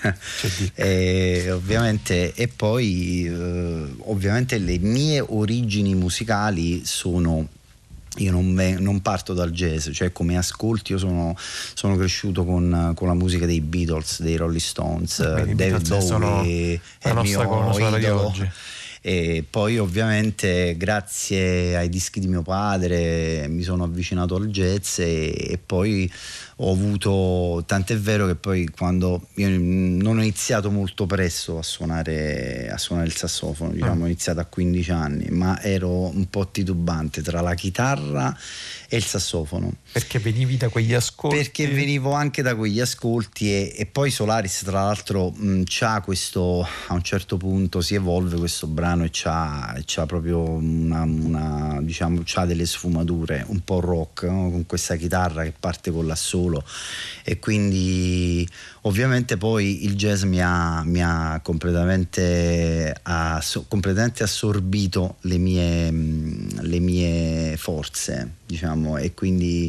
ovviamente, e poi ovviamente le mie origini musicali sono... Io non parto dal jazz, cioè come ascolti io sono cresciuto con la musica dei Beatles, dei Rolling Stones, David Bowie è il mio idolo. E poi ovviamente grazie ai dischi di mio padre mi sono avvicinato al jazz, e poi ho avuto, tant'è vero che poi quando io non ho iniziato molto presto a suonare il sassofono, diciamo, ho iniziato a 15 anni, ma ero un po' titubante tra la chitarra e il sassofono. Perché venivi da quegli ascolti? Perché venivo anche da quegli ascolti, e poi Solaris, tra l'altro, c'ha questo, a un certo punto si evolve questo brano e c'ha proprio una diciamo, c'ha delle sfumature un po' rock, no? Con questa chitarra che parte con l'assolo, e quindi ovviamente poi il jazz mi ha completamente assorbito le mie forze, diciamo, e quindi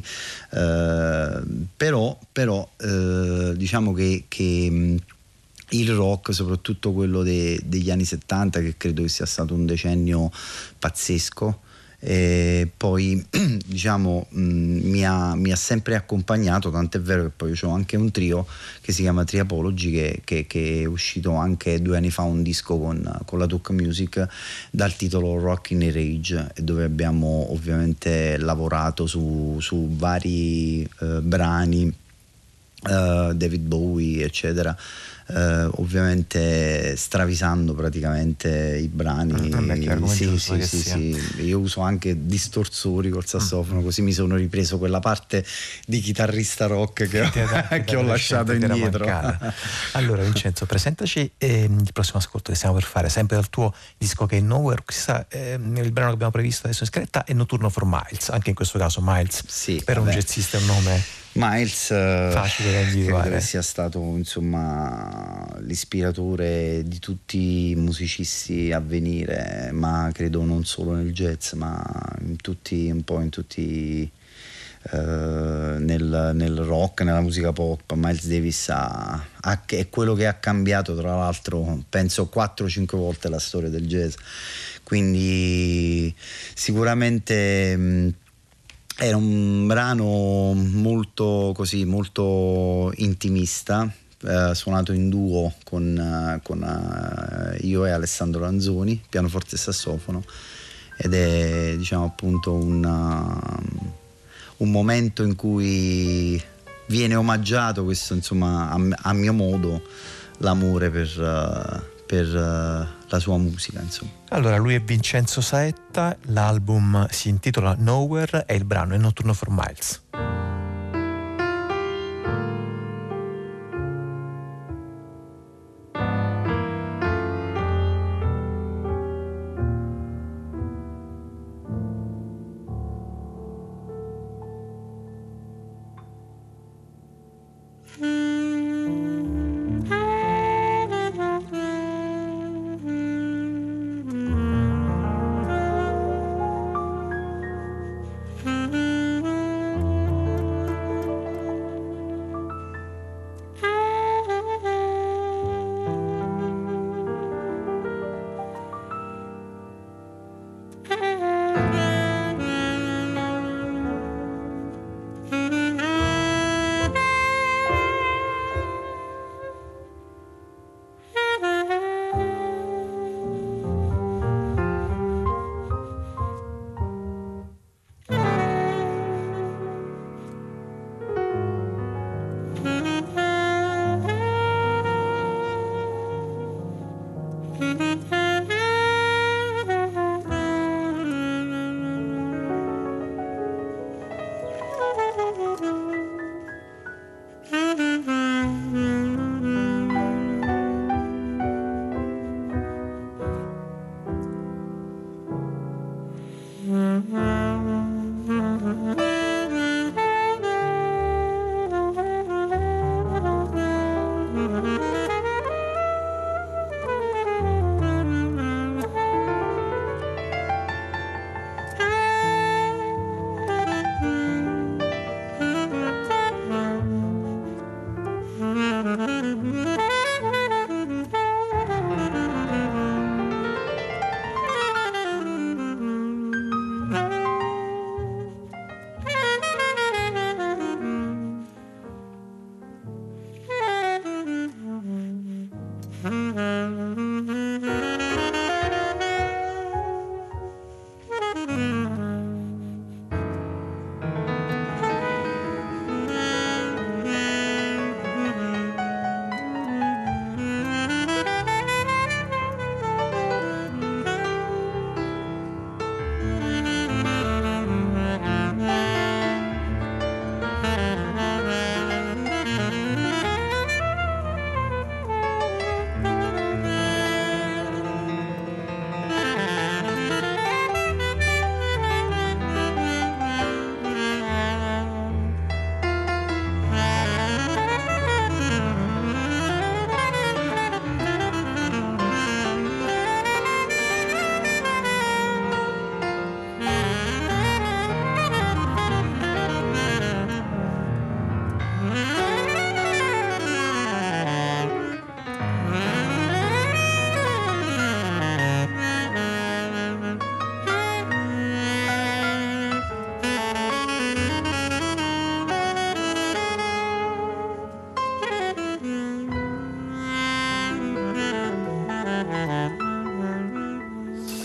però diciamo che il rock, soprattutto quello degli anni 70, che credo che sia stato un decennio pazzesco, e poi diciamo mi ha sempre accompagnato, tant'è vero che poi ho anche un trio che si chiama Triapology, che è uscito anche 2 anni fa un disco con la Talk Music dal titolo Rock in a Rage, dove abbiamo ovviamente lavorato su vari brani David Bowie, eccetera. Ovviamente stravisando praticamente i brani. Sì. Io uso anche distorsori col sassofono, così mi sono ripreso quella parte di chitarrista rock che ho lasciato indietro. Allora Vincenzo, presentaci il prossimo ascolto che stiamo per fare, sempre dal tuo disco che è Nowhere. Il brano che abbiamo previsto adesso in scaletta è Notturno for Miles, anche in questo caso Miles, per un jazzista è un nome Miles facile da individuare. Credo che sia stato insomma l'ispiratore di tutti i musicisti a venire, ma credo non solo nel jazz, ma nel rock, nella musica pop. Miles Davis è quello che ha cambiato, tra l'altro, penso 4-5 volte la storia del jazz, quindi sicuramente era un brano molto intimista, suonato in duo con io e Alessandro Lanzoni, pianoforte e sassofono, ed è, diciamo, appunto un momento in cui viene omaggiato questo, insomma, a mio modo, l'amore per la sua musica, insomma. Allora, lui è Vincenzo Saetta, l'album si intitola Nowhere e il brano è Notturno for Miles.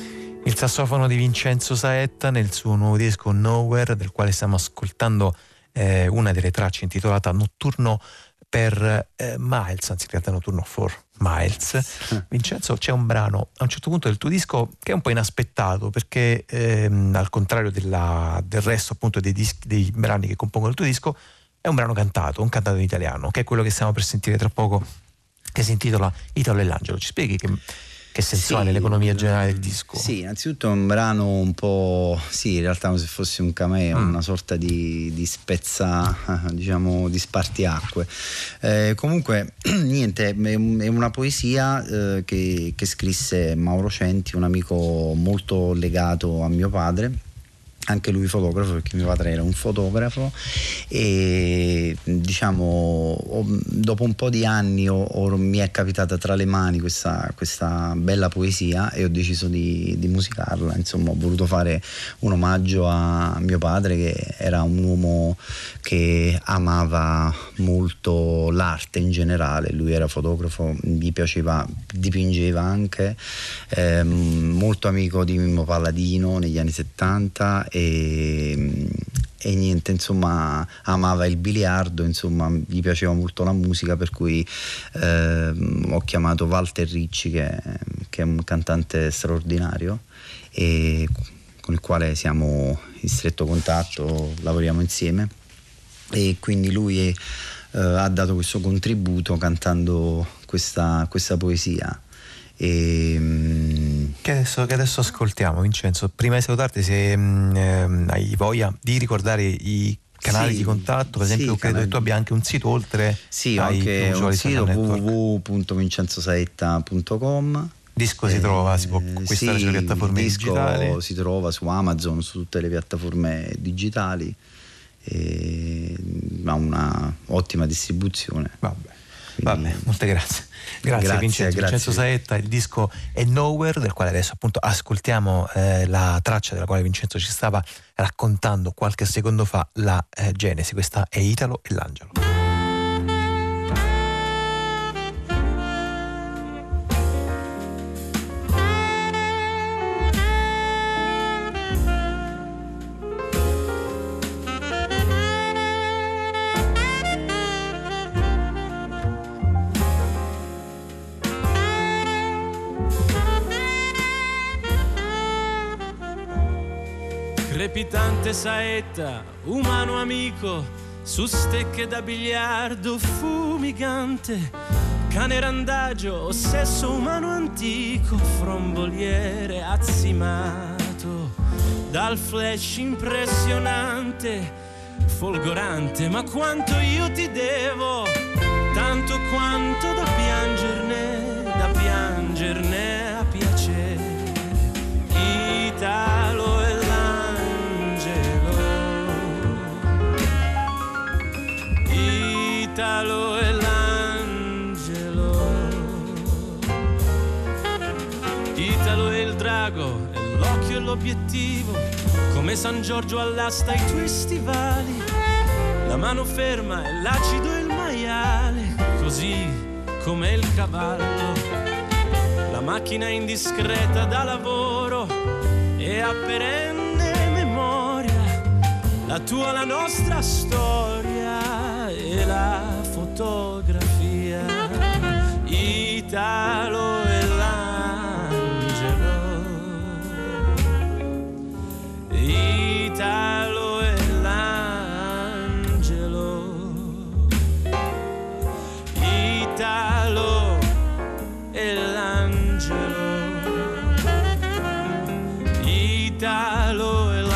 Il sassofono di Vincenzo Saetta nel suo nuovo disco Nowhere, del quale stiamo ascoltando una delle tracce intitolata Notturno per Miles, anzi in realtà Notturno for Miles. Vincenzo, c'è un brano a un certo punto del tuo disco che è un po' inaspettato, perché al contrario del resto appunto dei brani che compongono il tuo disco, è un brano cantato, un cantato in italiano, che è quello che stiamo per sentire tra poco, che si intitola Italo e l'Angelo. Ci spieghi che senso ha nell'economia generale del disco? Sì, innanzitutto è un brano un po', sì, in realtà come se fosse un cameo, una sorta di spezza, diciamo, di spartiacque. Comunque, niente, è una poesia che scrisse Mauro Centi, un amico molto legato a mio padre, anche lui fotografo, perché mio padre era un fotografo, e diciamo dopo un po' di anni mi è capitata tra le mani questa bella poesia e ho deciso di musicarla. Insomma, ho voluto fare un omaggio a mio padre, che era un uomo che amava molto l'arte in generale. Lui era fotografo, gli piaceva, dipingeva anche, molto amico di Mimmo Palladino negli anni 70 e niente, insomma, amava il biliardo, insomma, gli piaceva molto la musica, per cui ho chiamato Walter Ricci, che è un cantante straordinario e con il quale siamo in stretto contatto, lavoriamo insieme, e quindi lui ha dato questo contributo cantando questa poesia. Che adesso ascoltiamo. Vincenzo, prima di salutarti, se hai voglia di ricordare i canali di contatto, per esempio, credo che tu abbia anche un sito, oltre ho anche un sito, www.vincenzosaetta.com. Disco si trova, si può acquistare sulle piattaforme digitali. Disco si trova su Amazon, su tutte le piattaforme digitali, e ha una ottima distribuzione. Vabbè, molte grazie. Grazie Vincenzo. Vincenzo Saetta, il disco è Nowhere, del quale adesso appunto ascoltiamo la traccia della quale Vincenzo ci stava raccontando qualche secondo fa la genesi. Questa è Italo e l'Angelo. Crepitante saetta, umano amico, su stecche da biliardo fumigante, cane randagio, ossesso umano antico, fromboliere azzimato dal flash impressionante, folgorante, ma quanto io ti devo, tanto quanto da piangerne a piacere. Italo e Italo e l'Angelo, Italo è il drago, è l'occhio e l'obiettivo, come San Giorgio all'asta i tuoi stivali, la mano ferma è l'acido e il maiale, così come il cavallo, la macchina indiscreta da lavoro e a perenne memoria, la tua, la nostra storia e la fotografia. Italo e l'Angelo, Italo e l'Angelo, Italo e l'Angelo, Italo e l'Angelo.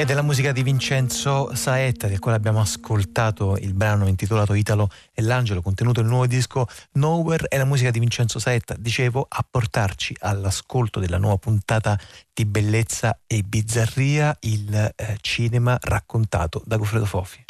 E della musica di Vincenzo Saetta, del quale abbiamo ascoltato il brano intitolato Italo e l'Angelo, contenuto nel nuovo disco Nowhere. E la musica di Vincenzo Saetta, dicevo, a portarci all'ascolto della nuova puntata di Bellezza e Bizzarria, il cinema raccontato da Goffredo Fofi.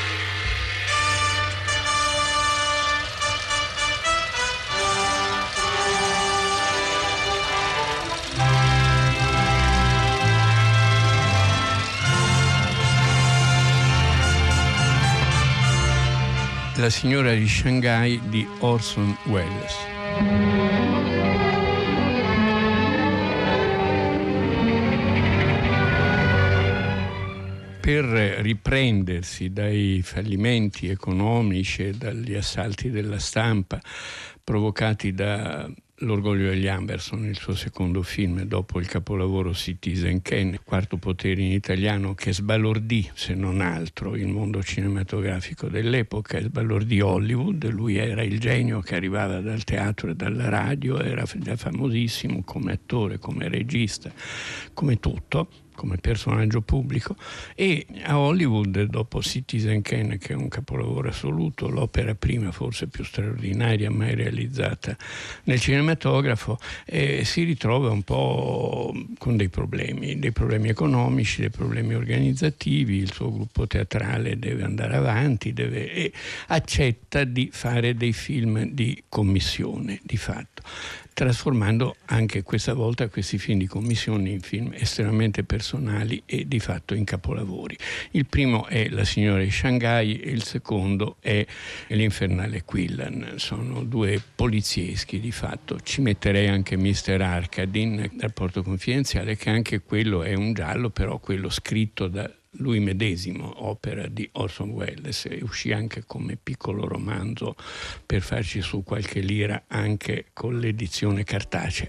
La signora di Shanghai di Orson Welles. Per riprendersi dai fallimenti economici e dagli assalti della stampa provocati da L'orgoglio degli Amberson, il suo secondo film dopo il capolavoro Citizen Kane, Quarto potere in italiano, che sbalordì, se non altro, il mondo cinematografico dell'epoca, sbalordì Hollywood. Lui era il genio che arrivava dal teatro e dalla radio, era già famosissimo come attore, come regista, come tutto, come personaggio pubblico, e a Hollywood, dopo Citizen Kane, che è un capolavoro assoluto, l'opera prima forse più straordinaria mai realizzata nel cinematografo, si ritrova un po' con dei problemi economici, dei problemi organizzativi. Il suo gruppo teatrale deve andare avanti, e accetta di fare dei film di commissione, di fatto, trasformando anche questa volta questi film di commissione in film estremamente personali e di fatto in capolavori. Il primo è La signora di Shanghai e il secondo è L'Infernale Quillan. Sono due polizieschi di fatto. Ci metterei anche Mr. Arkadin, Rapporto confidenziale, che anche quello è un giallo, però quello scritto da lui medesimo, opera di Orson Welles, e uscì anche come piccolo romanzo per farci su qualche lira anche con l'edizione cartacea.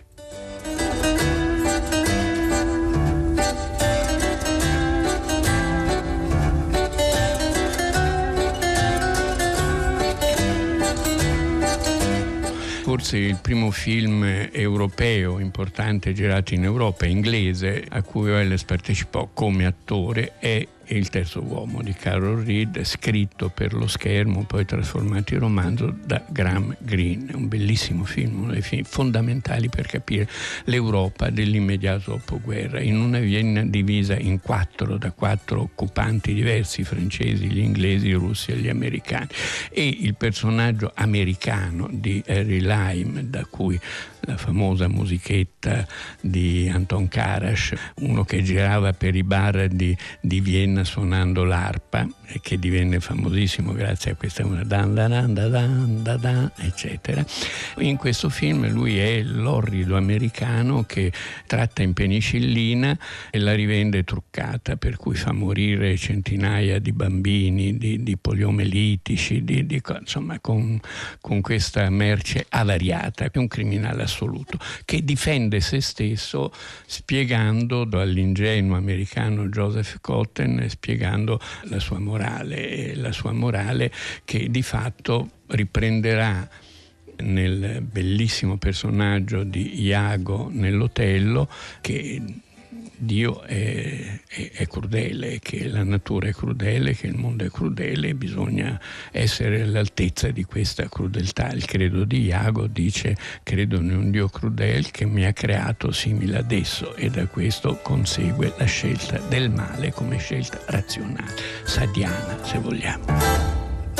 Forse il primo film europeo importante girato in Europa, inglese, a cui Welles partecipò come attore, è Il terzo uomo di Carol Reed, scritto per lo schermo, poi trasformato in romanzo da Graham Greene. È un bellissimo film, uno dei film fondamentali per capire l'Europa dell'immediato dopoguerra, in una Vienna divisa in da quattro occupanti diversi, i francesi, gli inglesi, i russi e gli americani. E il personaggio americano di Harry Lime, da cui la famosa musichetta di Anton Karash, uno che girava per i bar di Vienna suonando l'arpa e che divenne famosissimo grazie a questa una dan dan dan dan dan dan, eccetera. In questo film lui è l'orrido americano che tratta in penicillina e la rivende truccata, per cui fa morire centinaia di bambini, di poliomelitici, insomma con questa merce avariata. È un criminale assoluto che difende se stesso spiegando all'ingenuo americano Joseph Cotten, spiegando la sua morale che di fatto riprenderà nel bellissimo personaggio di Iago nell'Otello, che Dio è crudele, che la natura è crudele, che il mondo è crudele e bisogna essere all'altezza di questa crudeltà. Il credo di Iago dice: credo in un Dio crudele che mi ha creato simile ad esso, e da questo consegue la scelta del male come scelta razionale, sadiana se vogliamo.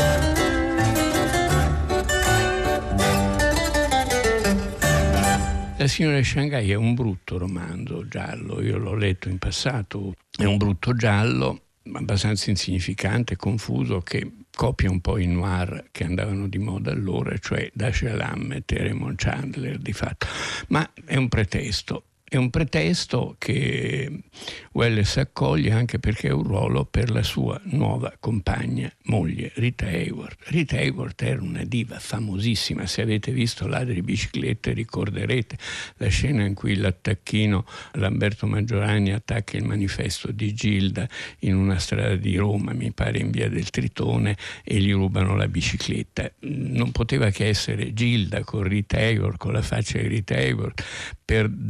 La signora di Shanghai è un brutto romanzo giallo, io l'ho letto in passato, è un brutto giallo abbastanza insignificante, confuso, che copia un po' i noir che andavano di moda allora, cioè Dashiell Hammett e Raymond Chandler di fatto, ma è un pretesto. È un pretesto che Welles accoglie anche perché è un ruolo per la sua nuova compagna, moglie, Rita Hayworth. Rita Hayworth era una diva famosissima. Se avete visto Ladri di biciclette ricorderete la scena in cui l'attacchino Lamberto Maggiorani attacca il manifesto di Gilda in una strada di Roma, mi pare in via del Tritone, e gli rubano la bicicletta. Non poteva che essere Gilda con Rita Hayworth, con la faccia di Rita Hayworth, per dare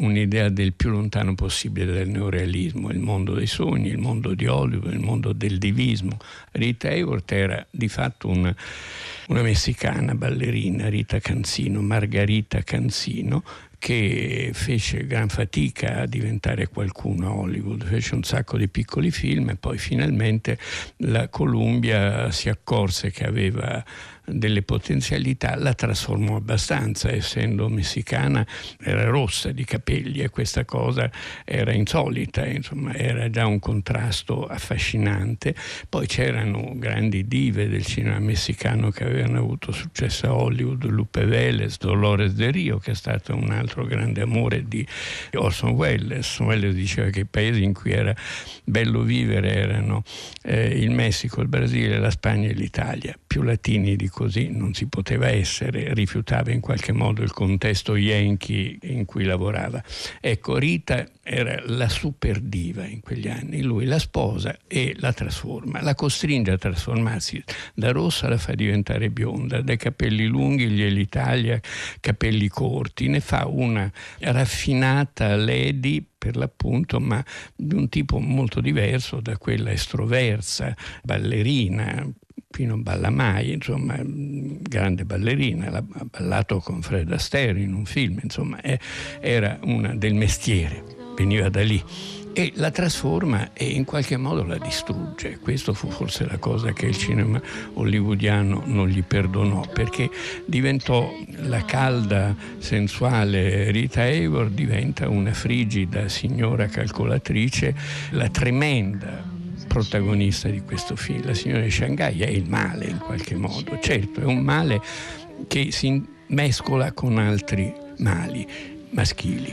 un'idea del più lontano possibile del neorealismo, il mondo dei sogni, il mondo di Hollywood, il mondo del divismo. Rita Hayworth era di fatto una messicana ballerina, Margarita Canzino, che fece gran fatica a diventare qualcuno a Hollywood, fece un sacco di piccoli film e poi finalmente la Columbia si accorse che aveva delle potenzialità, la trasformò abbastanza, essendo messicana era rossa di capelli e questa cosa era insolita, insomma era già un contrasto affascinante. Poi c'erano grandi dive del cinema messicano che avevano avuto successo a Hollywood, Lupe Vélez, Dolores del Rio, che è stato un altro grande amore di Orson Welles. Orson Welles diceva che i paesi in cui era bello vivere erano il Messico, il Brasile, la Spagna e l'Italia. Più latini di così non si poteva essere, rifiutava in qualche modo il contesto yankee in cui lavorava. Ecco, Rita era la super diva in quegli anni, lui la sposa e la trasforma, la costringe a trasformarsi, da rossa la fa diventare bionda, dai capelli lunghi glieli taglia, capelli corti, ne fa una raffinata lady per l'appunto, ma di un tipo molto diverso da quella estroversa, ballerina, qui non balla mai, insomma, grande ballerina, ha ballato con Fred Astaire in un film, insomma, era una del mestiere, veniva da lì. E la trasforma e in qualche modo la distrugge. Questo fu forse la cosa che il cinema hollywoodiano non gli perdonò, perché diventò la calda, sensuale Rita Hayworth, diventa una frigida signora calcolatrice, la tremenda protagonista di questo film. La signora di Shanghai è il male in qualche modo, certo è un male che si mescola con altri mali maschili.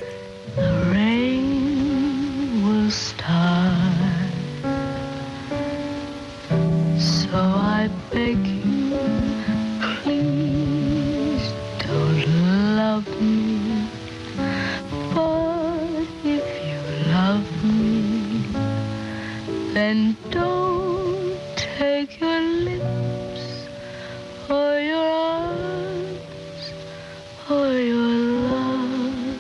Start. So I beg you, please don't love me. But if you love me, then don't take your lips or your arms or your love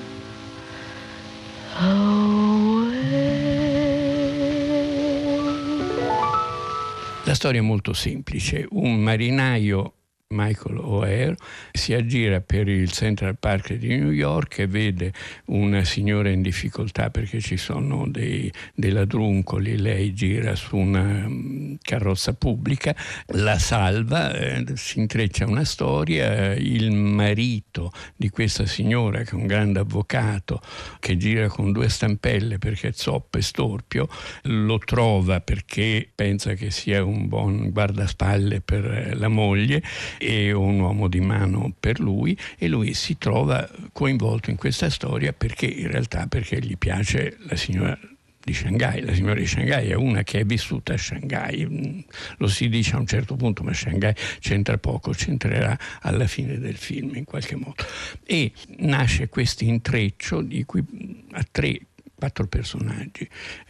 La storia è molto semplice. Un marinaio, Michael O'Hare, si aggira per il Central Park di New York e vede una signora in difficoltà perché ci sono dei ladruncoli. Lei gira su una carrozza pubblica, la salva, si intreccia una storia. Il marito di questa signora, che è un grande avvocato che gira con 2 stampelle perché è zoppo e storpio, lo trova perché pensa che sia un buon guardaspalle per la moglie e un uomo di mano per lui, e lui si trova coinvolto in questa storia perché gli piace la signora di Shanghai. La signora di Shanghai è una che è vissuta a Shanghai, lo si dice a un certo punto, ma Shanghai c'entra poco, c'entrerà alla fine del film in qualche modo, e nasce questo intreccio di cui ha 4 personaggi: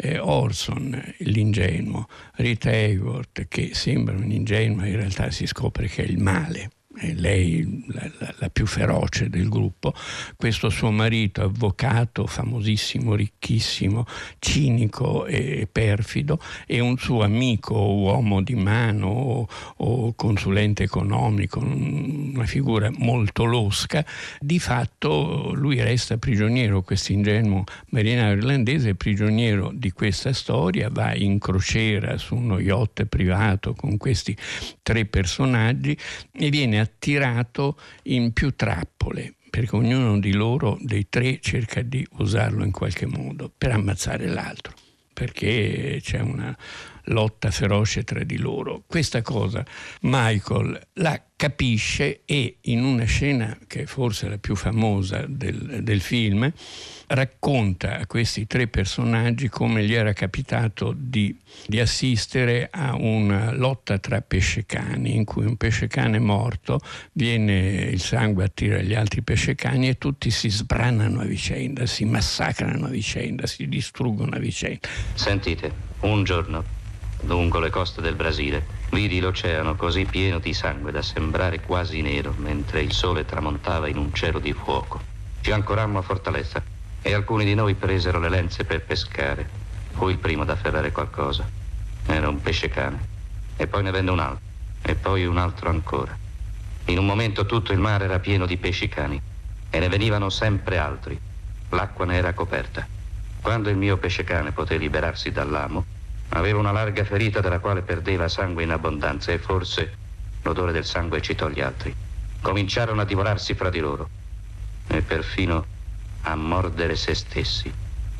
Orson, l'ingenuo, Rita Hayworth, che sembra un'ingenua, in realtà si scopre che è il male, è lei la più feroce del gruppo, questo suo marito avvocato famosissimo, ricchissimo, cinico e perfido, e un suo amico uomo di mano o consulente economico, una figura molto losca. Di fatto lui resta prigioniero, questo ingenuo marinaio irlandese, prigioniero di questa storia, va in crociera su uno yacht privato con questi 3 personaggi e viene attirato in più trappole, perché ognuno di loro, dei 3, cerca di usarlo in qualche modo per ammazzare l'altro, perché c'è una lotta feroce tra di loro. Questa cosa Michael la capisce e in una scena che è forse la più famosa del film racconta a questi 3 personaggi come gli era capitato di assistere a una lotta tra pescecani, in cui un pescecane morto, viene il sangue attira gli altri pescecani e tutti si sbranano a vicenda, si massacrano a vicenda, si distruggono a vicenda. Sentite, un giorno lungo le coste del Brasile vidi l'oceano così pieno di sangue da sembrare quasi nero mentre il sole tramontava in un cielo di fuoco. Ci ancorammo a Fortaleza e alcuni di noi presero le lenze per pescare. Fui il primo ad afferrare qualcosa. Era un pesce cane. E poi ne venne un altro. E poi un altro ancora. In un momento tutto il mare era pieno di pesci cani. E ne venivano sempre altri. L'acqua ne era coperta. Quando il mio pesce cane poté liberarsi dall'amo, aveva una larga ferita dalla quale perdeva sangue in abbondanza e forse l'odore del sangue citò gli altri. Cominciarono a divorarsi fra di loro e perfino a mordere se stessi.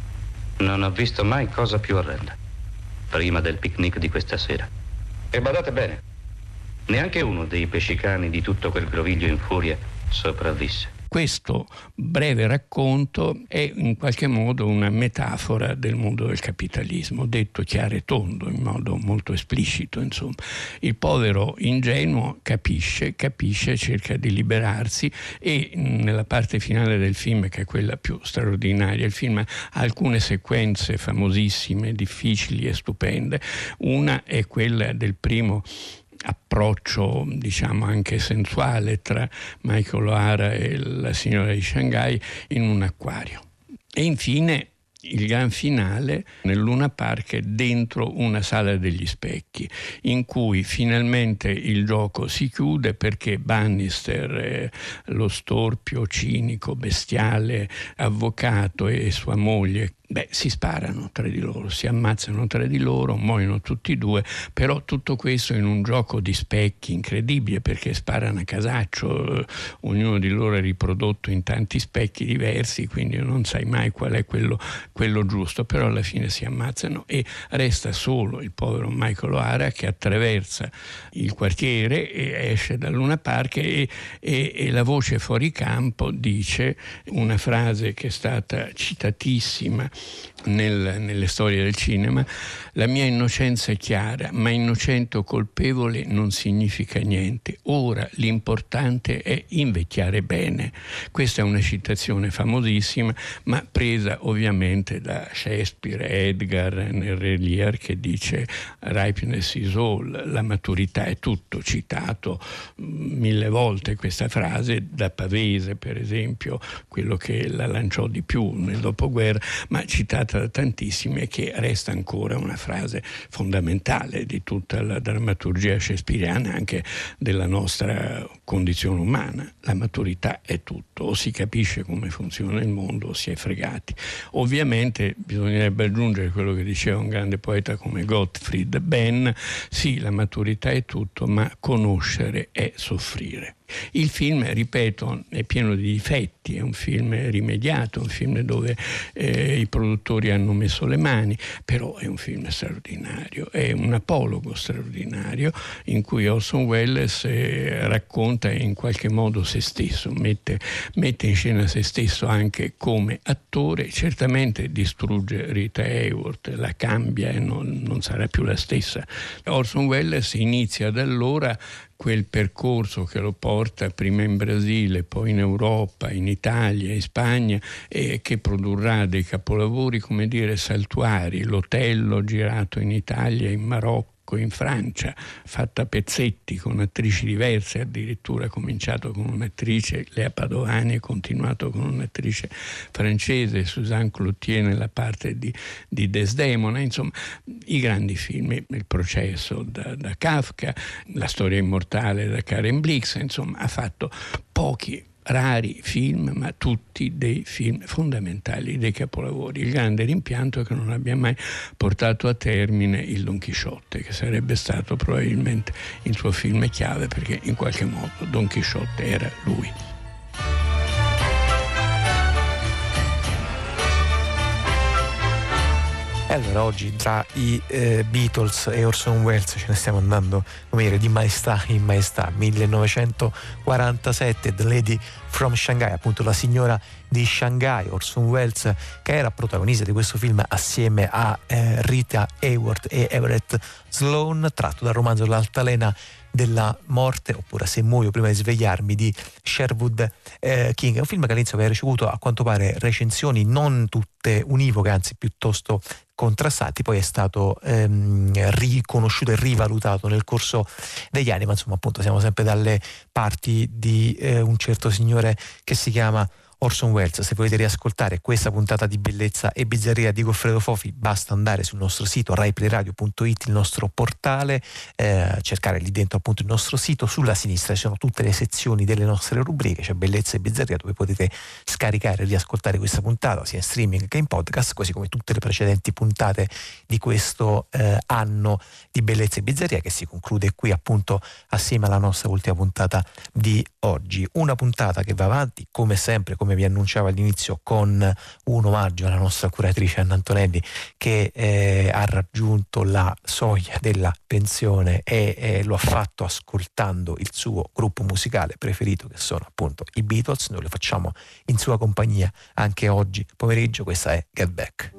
Non ho visto mai cosa più orrenda prima del picnic di questa sera. E badate bene, neanche uno dei pescicani di tutto quel groviglio in furia sopravvisse. Questo breve racconto è in qualche modo una metafora del mondo del capitalismo, detto chiaro e tondo, in modo molto esplicito, insomma. Il povero ingenuo capisce, cerca di liberarsi e nella parte finale del film, che è quella più straordinaria, il film ha alcune sequenze famosissime, difficili e stupende. Una è quella del primo approccio, diciamo anche sensuale, tra Michael O'Hara e la signora di Shanghai in un acquario. E infine il gran finale nel Luna Park dentro una sala degli specchi, in cui finalmente il gioco si chiude perché Bannister, lo storpio, cinico, bestiale avvocato, e sua moglie si sparano tra di loro, si ammazzano tra di loro, muoiono tutti e due, però tutto questo in un gioco di specchi incredibile, perché sparano a casaccio, ognuno di loro è riprodotto in tanti specchi diversi, quindi non sai mai qual è quello giusto, però alla fine si ammazzano e resta solo il povero Michael O'Hara che attraversa il quartiere e esce dal Luna Park e la voce fuori campo dice una frase che è stata citatissima nelle storie del cinema: la mia innocenza è chiara, ma innocente o colpevole non significa niente. Ora l'importante è invecchiare bene. Questa è una citazione famosissima, ma presa ovviamente da Shakespeare, Edgar nel Re Lear, che dice ripeness is all, la maturità è tutto, citato 1000 volte questa frase da Pavese, per esempio, quello che la lanciò di più nel dopoguerra, ma citata da tantissimi, e che resta ancora una frase fondamentale di tutta la drammaturgia shakespeariana, anche della nostra condizione umana. La maturità è tutto, o si capisce come funziona il mondo o si è fregati. Ovviamente bisognerebbe aggiungere quello che diceva un grande poeta come Gottfried Benn: sì, la maturità è tutto, ma conoscere è soffrire. Il film, ripeto, è pieno di difetti, è un film rimediato, un film dove i produttori hanno messo le mani, però è un film straordinario, è un apologo straordinario in cui Orson Welles racconta in qualche modo se stesso, mette in scena se stesso anche come attore. Certamente distrugge Rita Hayworth, la cambia e non sarà più la stessa. Orson Welles inizia da allora quel percorso che lo porta prima in Brasile, poi in Europa, in Italia, in Spagna, e che produrrà dei capolavori, come dire, saltuari. L'Otello girato in Italia, in Marocco, in Francia, fatta a pezzetti con attrici diverse, addirittura cominciato con un'attrice, Lea Padovani, e continuato con un'attrice francese, Suzanne Cloutier, nella parte di Desdemona. Insomma, i grandi film, Il processo da Kafka, La storia immortale da Karen Blix. Insomma, ha fatto pochi rari film, ma tutti dei film fondamentali, dei capolavori. Il grande rimpianto è che non abbia mai portato a termine il Don Chisciotte, che sarebbe stato probabilmente il suo film chiave, perché in qualche modo Don Chisciotte era lui. E allora oggi tra i Beatles e Orson Welles ce ne stiamo andando, come dire, di maestà in maestà. 1947, The Lady from Shanghai, appunto La signora di Shanghai. Orson Welles, che era protagonista di questo film assieme a Rita Hayworth e Everett Sloan, tratto dal romanzo L'altalena della morte, oppure Se muoio prima di svegliarmi, di Sherwood King. È un film che all'inizio aveva ricevuto, a quanto pare, recensioni non tutte univoche, anzi piuttosto contrastanti. Poi è stato riconosciuto e rivalutato nel corso degli anni, ma insomma, appunto, siamo sempre dalle parti di un certo signore che si chiama Orson Welles. Se volete riascoltare questa puntata di Bellezza e Bizzarria di Goffredo Fofi, basta andare sul nostro sito raiplayradio.it, il nostro portale, cercare lì dentro appunto il nostro sito. Sulla sinistra ci sono tutte le sezioni delle nostre rubriche, c'è Bellezza e Bizzarria, dove potete scaricare e riascoltare questa puntata sia in streaming che in podcast, così come tutte le precedenti puntate di questo anno di Bellezza e Bizzarria, che si conclude qui appunto assieme alla nostra ultima puntata di oggi. Una puntata che va avanti come sempre, come vi annunciavo all'inizio, con un omaggio alla nostra curatrice Anna Antonelli, che ha raggiunto la soglia della pensione e lo ha fatto ascoltando il suo gruppo musicale preferito, che sono appunto i Beatles. Noi lo facciamo in sua compagnia anche oggi pomeriggio. Questa è Get Back.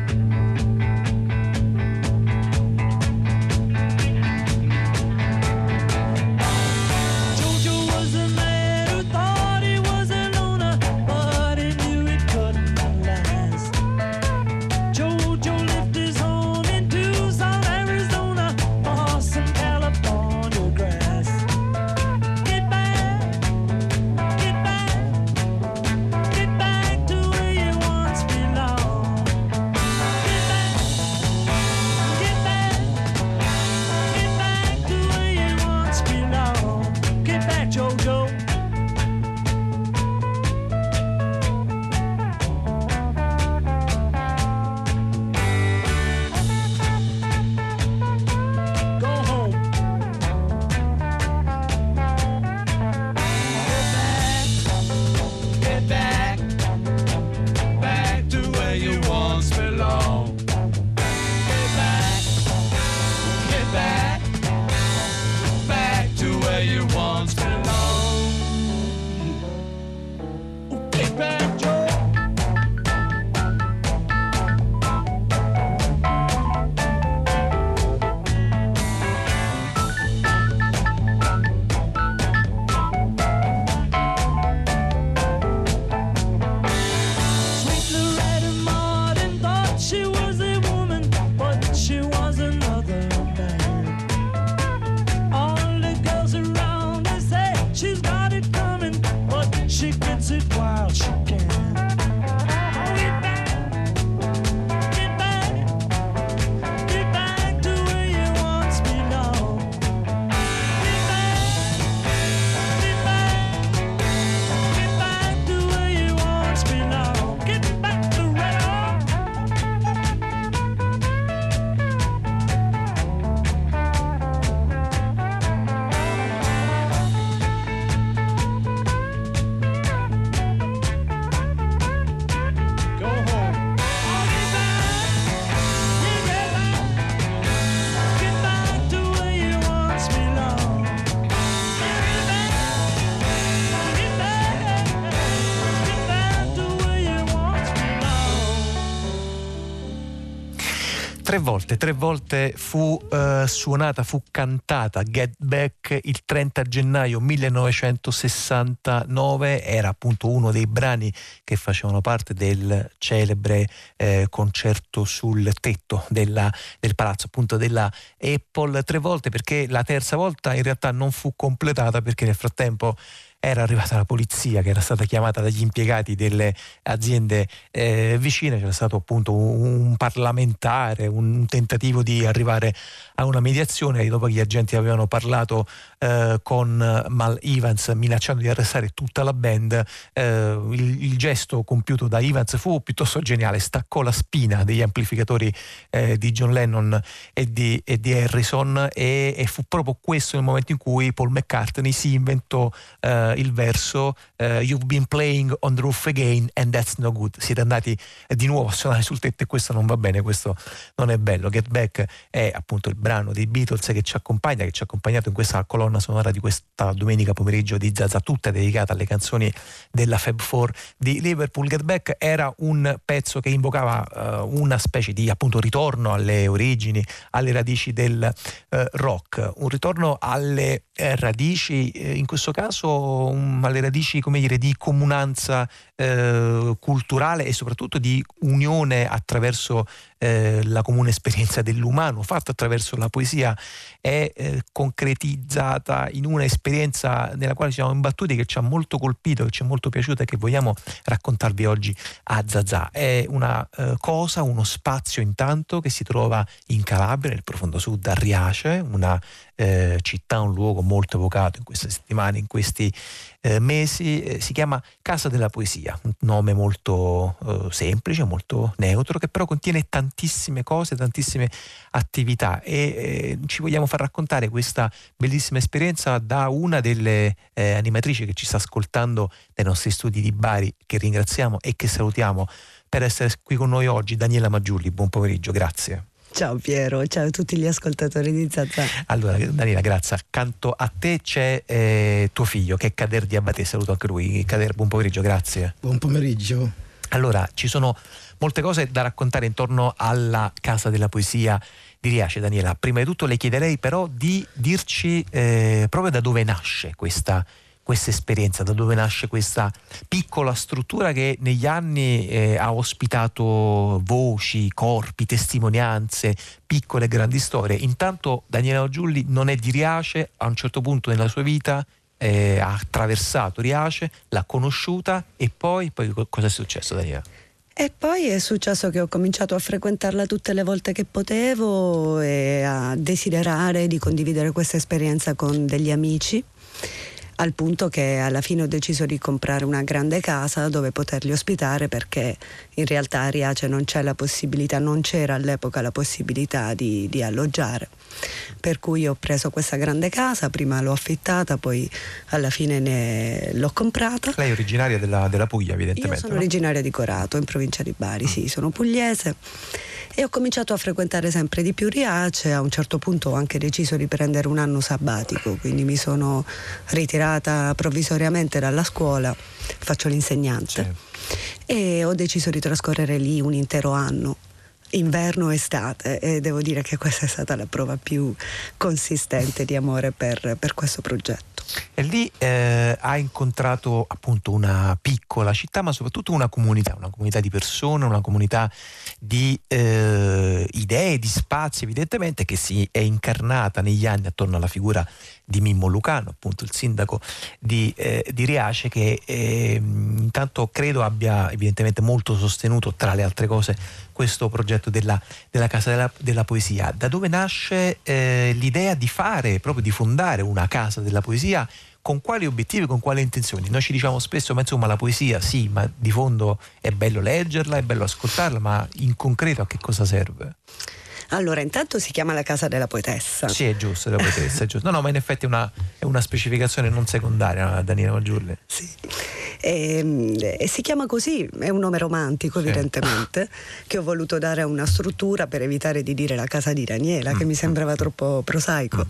Tre volte fu suonata, fu cantata Get Back il 30 gennaio 1969. Era appunto uno dei brani che facevano parte del celebre concerto sul tetto del palazzo appunto della Apple. 3 volte, perché la terza volta in realtà non fu completata, perché nel frattempo era arrivata la polizia, che era stata chiamata dagli impiegati delle aziende vicine. C'era stato appunto un parlamentare, un tentativo di arrivare a una mediazione, e dopo che gli agenti avevano parlato con Mal Evans minacciando di arrestare tutta la band, il gesto compiuto da Evans fu piuttosto geniale. Staccò la spina degli amplificatori di John Lennon e di Harrison, e fu proprio questo il momento in cui Paul McCartney si inventò il verso You've been playing on the roof again and that's no good. Siete andati di nuovo a suonare sul tetto e questo non va bene, questo non è bello. Get Back è appunto il brano dei Beatles che ci accompagna, che ci ha accompagnato in questa colonna sonora di questa domenica pomeriggio di Zazà, tutta dedicata alle canzoni della Fab Four di Liverpool. Get Back era un pezzo che invocava una specie di appunto ritorno alle origini, alle radici del rock, un ritorno alle radici in questo caso alle radici, come dire, di comunanza culturale e soprattutto di unione attraverso la comune esperienza dell'umano, fatta attraverso la poesia, è concretizzata in una esperienza nella quale ci siamo imbattuti, che ci ha molto colpito, che ci è molto piaciuta e che vogliamo raccontarvi oggi a Zazà. È una cosa, uno spazio intanto che si trova in Calabria, nel profondo sud, a Riace, una città, un luogo molto evocato in queste settimane, in questi mesi. Si chiama Casa della Poesia, un nome molto semplice, molto neutro, che però contiene tantissime cose, tantissime attività, e ci vogliamo far raccontare questa bellissima esperienza da una delle animatrici che ci sta ascoltando dai nostri studi di Bari, che ringraziamo e che salutiamo per essere qui con noi oggi. Daniela Maggiulli, buon pomeriggio, grazie. Ciao Piero, ciao a tutti gli ascoltatori di Zazà. Allora Daniela, grazie. Accanto a te c'è tuo figlio, che è Kader Diabaté, saluto anche lui. Kader, buon pomeriggio, grazie. Buon pomeriggio. Allora, ci sono molte cose da raccontare intorno alla Casa della Poesia di Riace. Daniela, prima di tutto le chiederei però di dirci proprio da dove nasce questa esperienza, da dove nasce questa piccola struttura che negli anni ha ospitato voci, corpi, testimonianze, piccole e grandi storie. Intanto Daniela Maggiulli non è di Riace, a un certo punto nella sua vita ha attraversato Riace, l'ha conosciuta, e poi cosa è successo, Daniela? E poi è successo che ho cominciato a frequentarla tutte le volte che potevo e a desiderare di condividere questa esperienza con degli amici, al punto che alla fine ho deciso di comprare una grande casa dove poterli ospitare, perché in realtà a Riace non c'era all'epoca la possibilità di alloggiare. Per cui ho preso questa grande casa, prima l'ho affittata, poi alla fine l'ho comprata. Lei è originaria della Puglia, evidentemente. Io sono originaria di Corato, in provincia di Bari, sì, sono pugliese. E ho cominciato a frequentare sempre di più Riace. A un certo punto ho anche deciso di prendere un anno sabbatico, quindi mi sono ritirata provvisoriamente dalla scuola, faccio l'insegnante, e ho deciso di trascorrere lì un intero anno, inverno, estate, e devo dire che questa è stata la prova più consistente di amore per questo progetto. E lì ha incontrato appunto una piccola città, ma soprattutto una comunità di persone, una comunità di idee, di spazi, evidentemente, che si è incarnata negli anni attorno alla figura di Mimmo Lucano, appunto il sindaco di Riace, che intanto credo abbia evidentemente molto sostenuto, tra le altre cose, questo progetto della Casa della Poesia. Da dove nasce l'idea di fondare una Casa della Poesia? Con quali obiettivi, con quali intenzioni? Noi ci diciamo spesso, ma insomma, la poesia sì, ma di fondo è bello leggerla, è bello ascoltarla, ma in concreto a che cosa serve? Allora, intanto si chiama la Casa della Poetessa. Sì, è giusto, della poetessa, è giusto. No, ma in effetti è una specificazione non secondaria, Daniela Maggiulli. Sì. E si chiama così, è un nome romantico, evidentemente, che ho voluto dare a una struttura per evitare di dire la casa di Daniela, che mi sembrava troppo prosaico.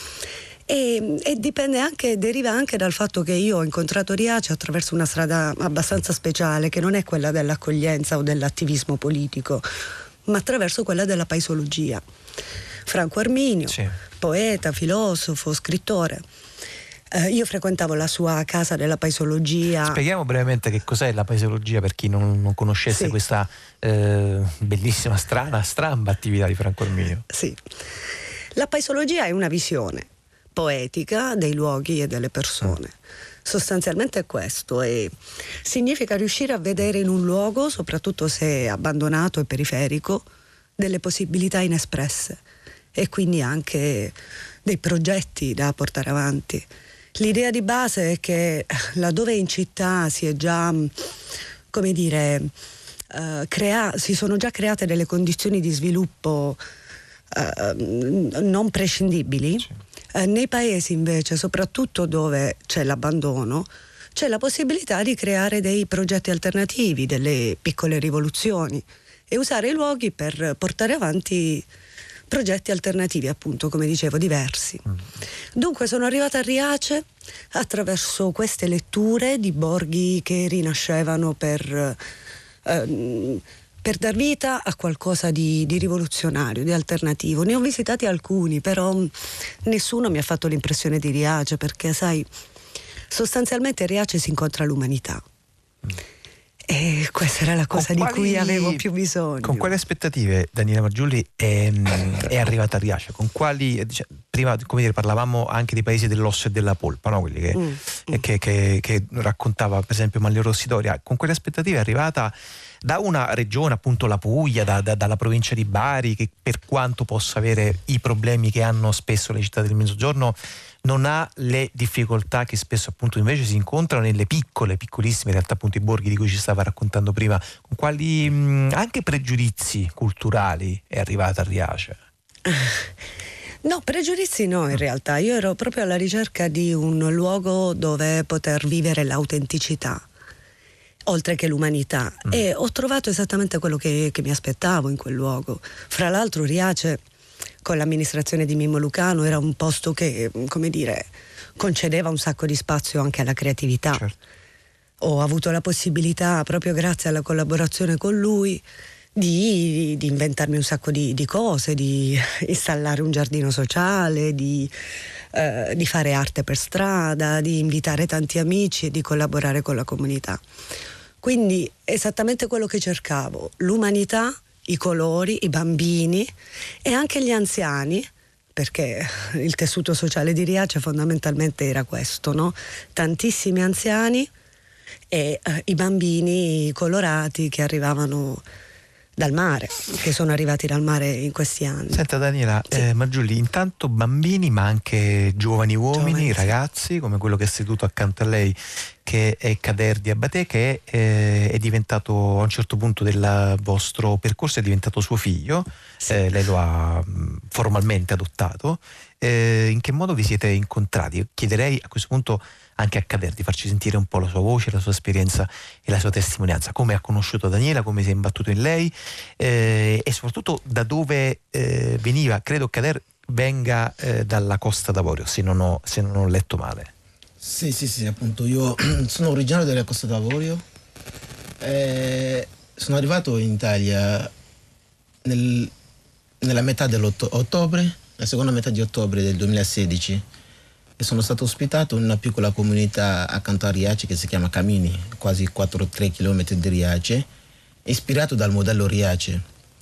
E deriva anche dal fatto che io ho incontrato Riace attraverso una strada abbastanza speciale, che non è quella dell'accoglienza o dell'attivismo politico, ma attraverso quella della paesologia. Franco Arminio, poeta, filosofo, scrittore. Io frequentavo la sua Casa della Paesologia. Spieghiamo brevemente che cos'è la paesologia per chi non conoscesse questa bellissima, stramba attività di Franco Arminio. Sì. La paesologia è una visione poetica dei luoghi e delle persone. Sostanzialmente è questo, e significa riuscire a vedere in un luogo, soprattutto se abbandonato e periferico, delle possibilità inespresse e quindi anche dei progetti da portare avanti. L'idea di base è che laddove in città si è già, come dire, si sono già create delle condizioni di sviluppo non prescindibili, nei paesi invece, soprattutto dove c'è l'abbandono, c'è la possibilità di creare dei progetti alternativi, delle piccole rivoluzioni, e usare i luoghi per portare avanti progetti alternativi, appunto, come dicevo, diversi. Dunque sono arrivata a Riace attraverso queste letture di borghi che rinascevano per dar vita a qualcosa di rivoluzionario, di alternativo. Ne ho visitati alcuni, però nessuno mi ha fatto l'impressione di Riace, perché sai, sostanzialmente Riace si incontra l'umanità. E questa era la cosa di cui avevo più bisogno. Con quali aspettative Daniela Margiulli è arrivata a Riace? Con quali, prima, come dire, parlavamo anche dei paesi dell'osso e della polpa, no? Quelli che raccontava per esempio Manlio Rossi Doria. Con quelle aspettative è arrivata da una regione, appunto la Puglia, dalla provincia di Bari, che per quanto possa avere i problemi che hanno spesso le città del Mezzogiorno, non ha le difficoltà che spesso appunto invece si incontrano nelle piccolissime in realtà, appunto i borghi di cui ci stava raccontando prima. Con quali anche pregiudizi culturali è arrivata a Riace? No, pregiudizi no, in realtà. Io ero proprio alla ricerca di un luogo dove poter vivere l'autenticità, oltre che l'umanità, e ho trovato esattamente quello che mi aspettavo in quel luogo. Fra l'altro Riace, con l'amministrazione di Mimmo Lucano, era un posto che, come dire, concedeva un sacco di spazio anche alla creatività. Certo. Ho avuto la possibilità, proprio grazie alla collaborazione con lui, di inventarmi un sacco di cose, di installare un giardino sociale, di fare arte per strada, di invitare tanti amici e di collaborare con la comunità. Quindi esattamente quello che cercavo: l'umanità, i colori, i bambini e anche gli anziani, perché il tessuto sociale di Riace fondamentalmente era questo, no? Tantissimi anziani e i bambini colorati che arrivavano dal mare, che sono arrivati dal mare in questi anni. Senta Daniela, Margiulli, intanto bambini ma anche giovani uomini, ragazzi come quello che è seduto accanto a lei, che è Kader Diabaté, che è diventato a un certo punto del vostro percorso, è diventato suo figlio. Lei lo ha formalmente adottato. In che modo vi siete incontrati? Chiederei a questo punto anche a Kader di farci sentire un po' la sua voce, la sua esperienza e la sua testimonianza, come ha conosciuto Daniela, come si è imbattuto in lei, e soprattutto da dove veniva. Credo Kader venga dalla Costa d'Avorio, se non ho letto male. Sì, appunto io sono originario della Costa d'Avorio, sono arrivato in Italia nella metà dell'ottobre, la seconda metà di ottobre del 2016, e sono stato ospitato in una piccola comunità accanto a Riace che si chiama Camini, quasi 4-3 km di Riace, ispirato dal modello Riace.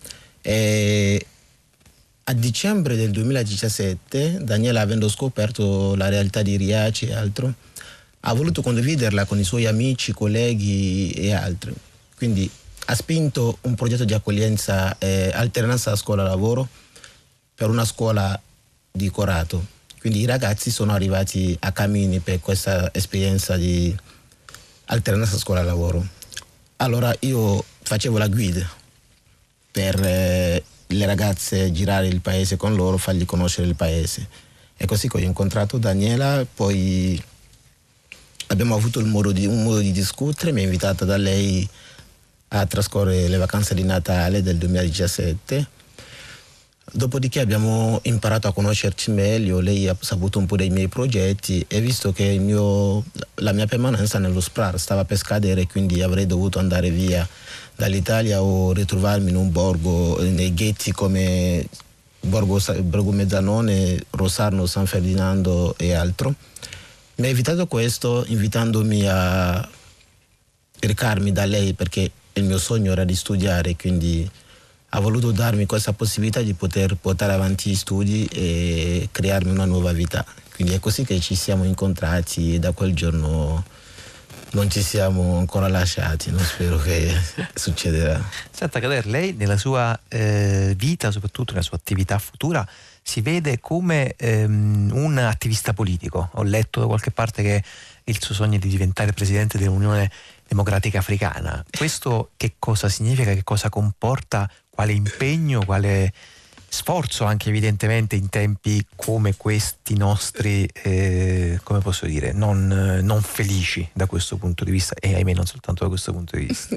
E a dicembre del 2017 Daniela, avendo scoperto la realtà di Riace e altro, ha voluto condividerla con i suoi amici, colleghi e altri. Quindi ha spinto un progetto di accoglienza alternanza scuola-lavoro per una scuola di Corato. Quindi i ragazzi sono arrivati a Camini per questa esperienza di alternanza scuola-lavoro. Allora io facevo la guida per le ragazze, girare il paese con loro, fargli conoscere il paese. È così che ho incontrato Daniela, poi abbiamo avuto un modo di discutere, mi ha invitata da lei a trascorrere le vacanze di Natale del 2017. Dopodiché abbiamo imparato a conoscerci meglio, lei ha saputo un po' dei miei progetti e visto che la mia permanenza nello SPRAR stava per scadere, quindi avrei dovuto andare via dall'Italia o ritrovarmi in un borgo, nei ghetti come Borgo Mezzanone, Rosarno, San Ferdinando e altro. Mi ha invitato questo, invitandomi a recarmi da lei perché il mio sogno era di studiare, quindi ha voluto darmi questa possibilità di poter portare avanti gli studi e crearmi una nuova vita. Quindi è così che ci siamo incontrati e da quel giorno non ci siamo ancora lasciati, non spero che succederà. Senta Kader, lei nella sua vita, soprattutto nella sua attività futura, si vede come un attivista politico. Ho letto da qualche parte che il suo sogno è di diventare presidente dell'Unione Democratica Africana. Questo che cosa significa, che cosa comporta, quale impegno, quale sforzo anche evidentemente in tempi come questi nostri, come posso dire, non felici da questo punto di vista e ahimè non soltanto da questo punto di vista.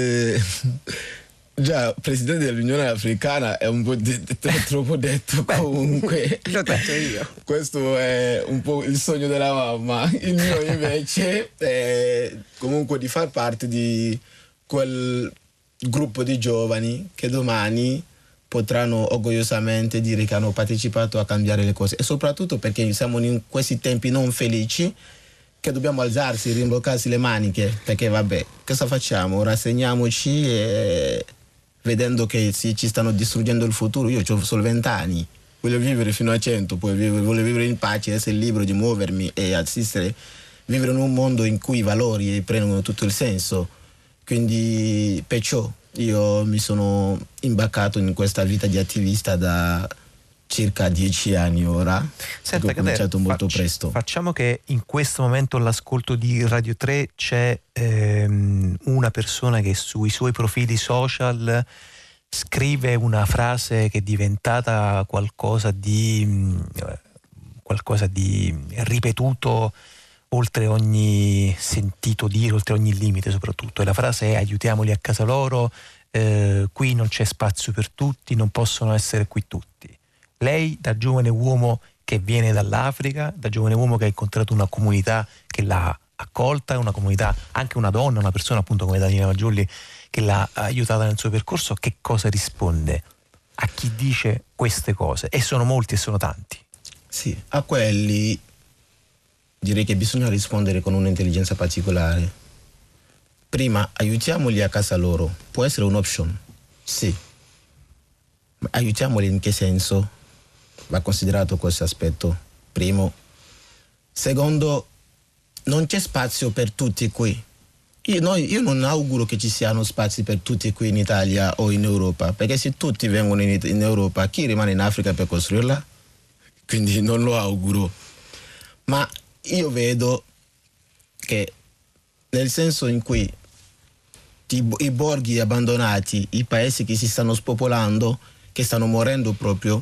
Già, presidente dell'Unione Africana è un po' troppo detto. Comunque l'ho detto io. Questo è un po' il sogno della mamma. Il mio invece è comunque di far parte di quel gruppo di giovani che domani potranno orgogliosamente dire che hanno partecipato a cambiare le cose, e soprattutto perché siamo in questi tempi non felici che dobbiamo alzarsi, rimbloccarsi le maniche, perché vabbè, cosa facciamo? Rassegniamoci e vedendo che ci stanno distruggendo il futuro. Io ho solo 20 anni, voglio vivere fino a 100, poi voglio vivere in pace, essere libero di muovermi e vivere in un mondo in cui i valori prendono tutto il senso. Quindi perciò io mi sono imbaccato in questa vita di attivista da circa 10 anni ora. Senta, ho cominciato molto presto. Facciamo che in questo momento all'ascolto di Radio 3 c'è una persona che sui suoi profili social scrive una frase che è diventata qualcosa di ripetuto oltre ogni sentito dire, oltre ogni limite soprattutto, e la frase è: aiutiamoli a casa loro, qui non c'è spazio per tutti, non possono essere qui tutti. Lei, da giovane uomo che viene dall'Africa, da giovane uomo che ha incontrato una comunità che l'ha accolta, una comunità, anche una donna, una persona appunto come Daniela Maggiulli che l'ha aiutata nel suo percorso, che cosa risponde a chi dice queste cose? E sono molti e sono tanti. Sì, a quelli direi che bisogna rispondere con un'intelligenza particolare. Prima, aiutiamoli a casa loro. Può essere un'option, sì. Ma aiutiamoli in che senso? Va considerato questo aspetto. Primo. Secondo, non c'è spazio per tutti qui. Io non auguro che ci siano spazi per tutti qui in Italia o in Europa, perché se tutti vengono in Europa, chi rimane in Africa per costruirla? Quindi non lo auguro. Ma io vedo che nel senso in cui i borghi abbandonati, i paesi che si stanno spopolando, che stanno morendo proprio,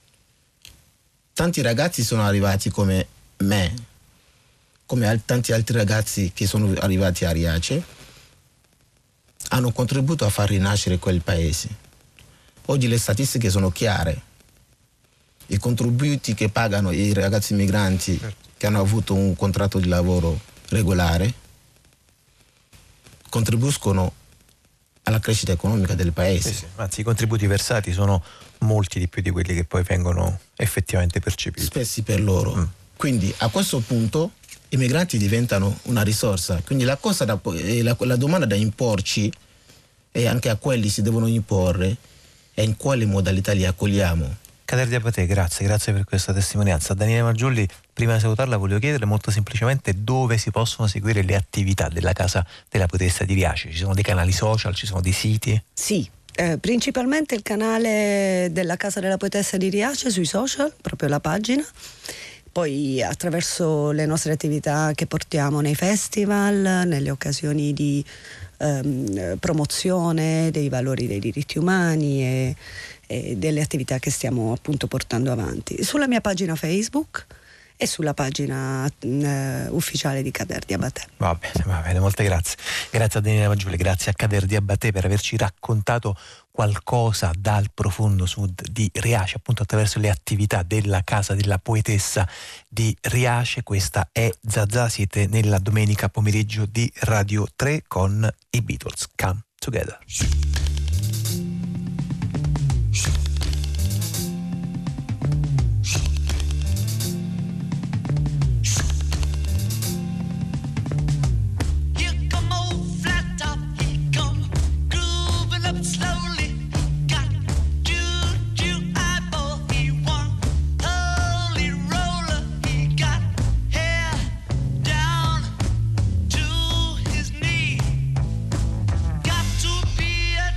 tanti ragazzi sono arrivati come me, come tanti altri ragazzi che sono arrivati a Riace, hanno contribuito a far rinascere quel paese. Oggi le statistiche sono chiare. I contributi che pagano i ragazzi migranti che hanno avuto un contratto di lavoro regolare contribuiscono alla crescita economica del paese. Sì. Anzi, i contributi versati sono molti di più di quelli che poi vengono effettivamente percepiti. Spessi per loro. Quindi a questo punto i migranti diventano una risorsa. Quindi la domanda da imporci, e anche a quelli si devono imporre, è in quale modalità li accogliamo. Kader Diabaté, grazie per questa testimonianza. Daniela Maggiulli, prima di salutarla voglio chiedere molto semplicemente dove si possono seguire le attività della Casa della Poetessa di Riace. Ci sono dei canali social, ci sono dei siti? Sì, principalmente il canale della Casa della Poetessa di Riace sui social, proprio la pagina. Poi attraverso le nostre attività che portiamo nei festival, nelle occasioni di promozione dei valori dei diritti umani e delle attività che stiamo appunto portando avanti. Sulla mia pagina Facebook e sulla pagina ufficiale di Kader Diabaté. Va bene, molte grazie. Grazie a Daniela Maggiulli, grazie a Kader Diabaté per averci raccontato qualcosa dal profondo sud di Riace, appunto attraverso le attività della Casa della Poetessa di Riace. Questa è Zazà, siete nella domenica pomeriggio di Radio 3 con i Beatles, Come Together. Got to be a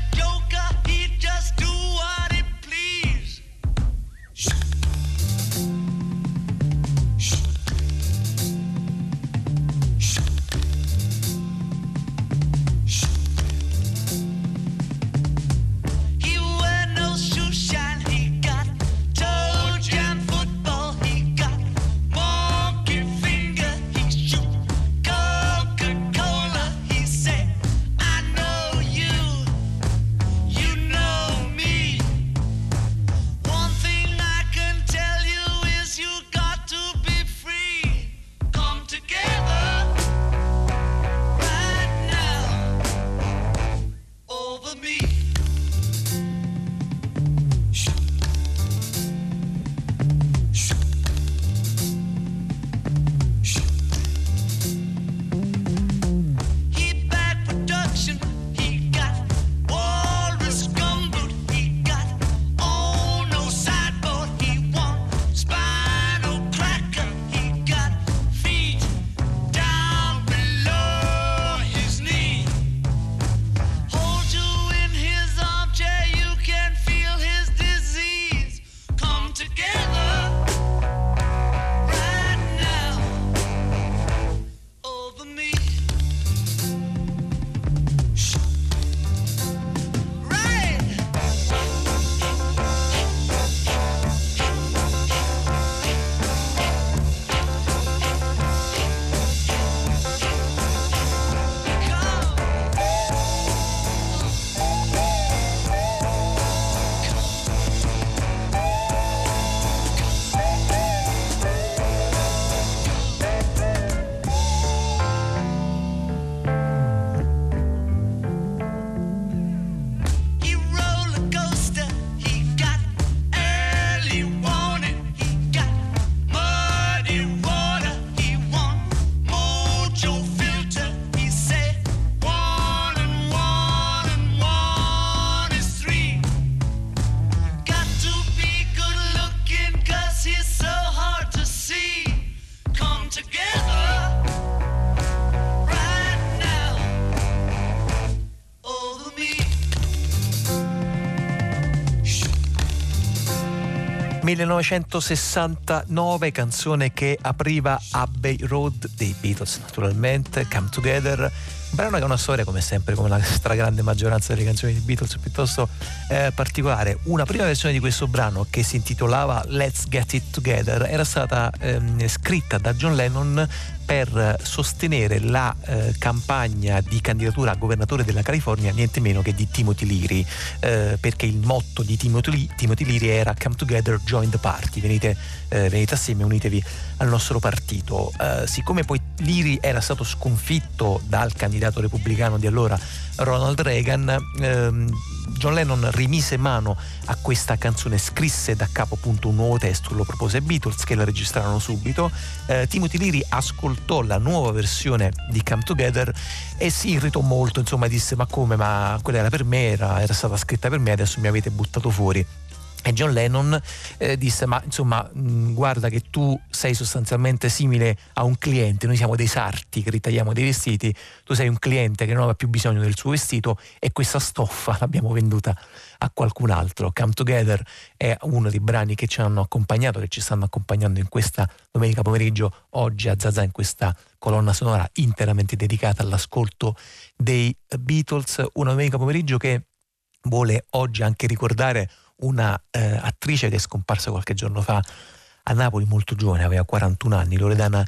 1969, canzone che apriva Abbey Road dei Beatles, naturalmente, Come Together. Brano che ha una storia, come sempre, come la stragrande maggioranza delle canzoni dei Beatles, piuttosto particolare. Una prima versione di questo brano, che si intitolava Let's Get It Together, era stata scritta da John Lennon per sostenere la campagna di candidatura a governatore della California, niente meno che di Timothy Leary, perché il motto di Timothy Leary era Come Together, Join the Party, venite assieme, unitevi al nostro partito. Siccome poi Leary era stato sconfitto dal candidato repubblicano di allora, Ronald Reagan, John Lennon rimise mano a questa canzone, scrisse da capo appunto un nuovo testo, lo propose ai Beatles che la registrarono subito. Timothy Leary ascoltò la nuova versione di Come Together e si irritò molto, insomma disse: ma come, ma quella era per me, era stata scritta per me, adesso mi avete buttato fuori. E John Lennon disse: ma insomma, guarda che tu sei sostanzialmente simile a un cliente, noi siamo dei sarti che ritagliamo dei vestiti, tu sei un cliente che non aveva più bisogno del suo vestito e questa stoffa l'abbiamo venduta a qualcun altro. Come Together è uno dei brani che ci hanno accompagnato, che ci stanno accompagnando in questa domenica pomeriggio, oggi a Zazà, in questa colonna sonora interamente dedicata all'ascolto dei Beatles. Una domenica pomeriggio che vuole oggi anche ricordare una attrice che è scomparsa qualche giorno fa a Napoli, molto giovane, aveva 41 anni, Loredana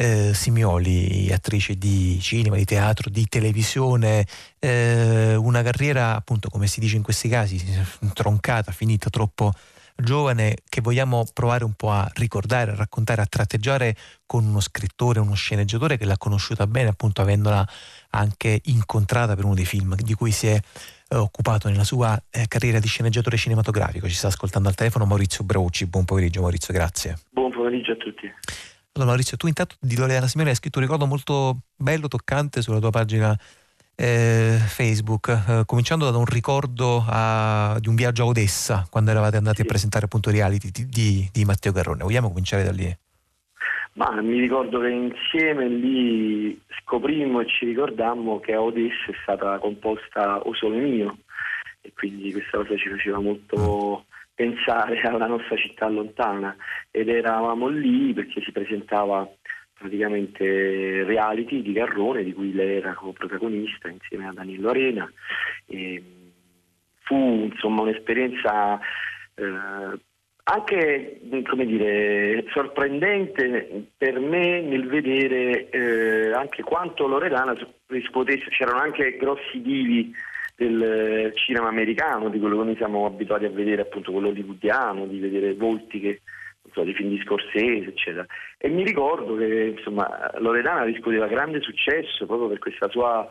Simioli, attrice di cinema, di teatro, di televisione, una carriera appunto, come si dice in questi casi, troncata, finita troppo giovane, che vogliamo provare un po' a ricordare, a raccontare, a tratteggiare con uno scrittore, uno sceneggiatore che l'ha conosciuta bene, appunto avendola anche incontrata per uno dei film di cui si è occupato nella sua carriera di sceneggiatore cinematografico. Ci sta ascoltando al telefono Maurizio Brauci. Buon pomeriggio Maurizio, grazie. Buon pomeriggio a tutti. Allora Maurizio, tu intanto di Loredana Simioli hai scritto un ricordo molto bello, toccante sulla tua pagina Facebook, cominciando da un ricordo di un viaggio a Odessa, quando eravate andati a presentare appunto i reality di Matteo Garrone. Vogliamo cominciare da lì? Ma mi ricordo che insieme lì scoprimmo e ci ricordammo che a Odessa è stata composta O Sole Mio, e quindi questa cosa ci faceva molto pensare alla nostra città lontana, ed eravamo lì perché si presentava praticamente reality di Garrone, di cui lei era coprotagonista insieme a Danilo Arena, e fu insomma un'esperienza anche, come dire, sorprendente per me nel vedere anche quanto Loredana rispondesse. C'erano anche grossi divi del cinema americano, di quello che noi siamo abituati a vedere, appunto quello hollywoodiano, di vedere volti che, non so, di film di Scorsese, eccetera. E mi ricordo che insomma Loredana riscuoteva grande successo proprio per questa sua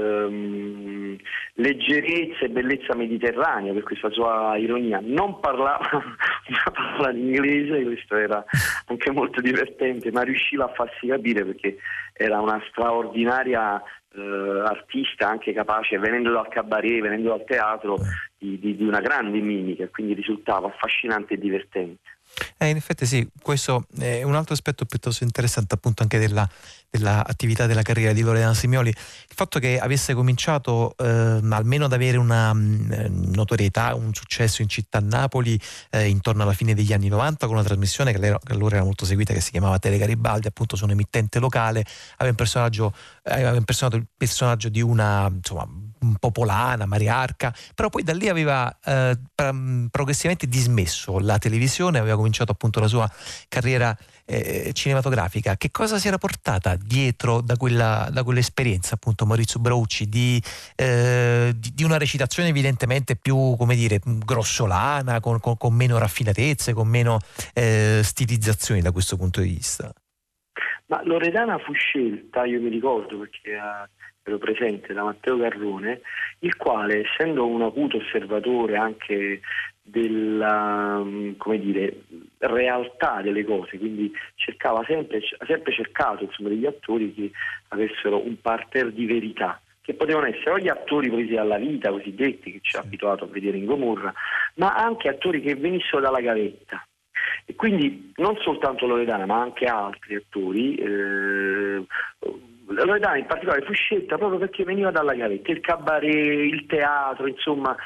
leggerezza e bellezza mediterranea, per questa sua ironia. Non parlava una parola in inglese, questo era anche molto divertente, ma riusciva a farsi capire perché era una straordinaria artista, anche capace, venendo dal cabaret, venendo dal teatro, di una grande mimica, quindi risultava affascinante e divertente. In effetti sì, questo è un altro aspetto piuttosto interessante appunto anche della attività, della carriera di Loredana Simioli, il fatto che avesse cominciato almeno ad avere una notorietà, un successo in città, Napoli, intorno alla fine degli anni 90, con una trasmissione che allora era molto seguita, che si chiamava Tele Garibaldi, appunto su un'emittente locale. Aveva impersonato il personaggio di una, insomma, popolana, mariarca, però poi da lì aveva progressivamente dismesso la televisione, aveva cominciato appunto la sua carriera cinematografica. Che cosa si era portata dietro da quell'esperienza, appunto, Maurizio Brauci, di una recitazione evidentemente più, come dire, grossolana, con meno raffinatezze, con meno stilizzazioni da questo punto di vista? Ma Loredana fu scelta, io mi ricordo perché ero presente, da Matteo Garrone, il quale, essendo un acuto osservatore anche della, come dire, realtà delle cose, quindi ha sempre cercato, insomma, degli attori che avessero un parterre di verità, che potevano essere o gli attori presi dalla vita, cosiddetti, che ci ha abituato a vedere in Gomorra, ma anche attori che venissero dalla gavetta. E quindi non soltanto Loredana, ma anche altri attori. Loredana in particolare fu scelta proprio perché veniva dalla gavetta, il cabaret, il teatro, insomma,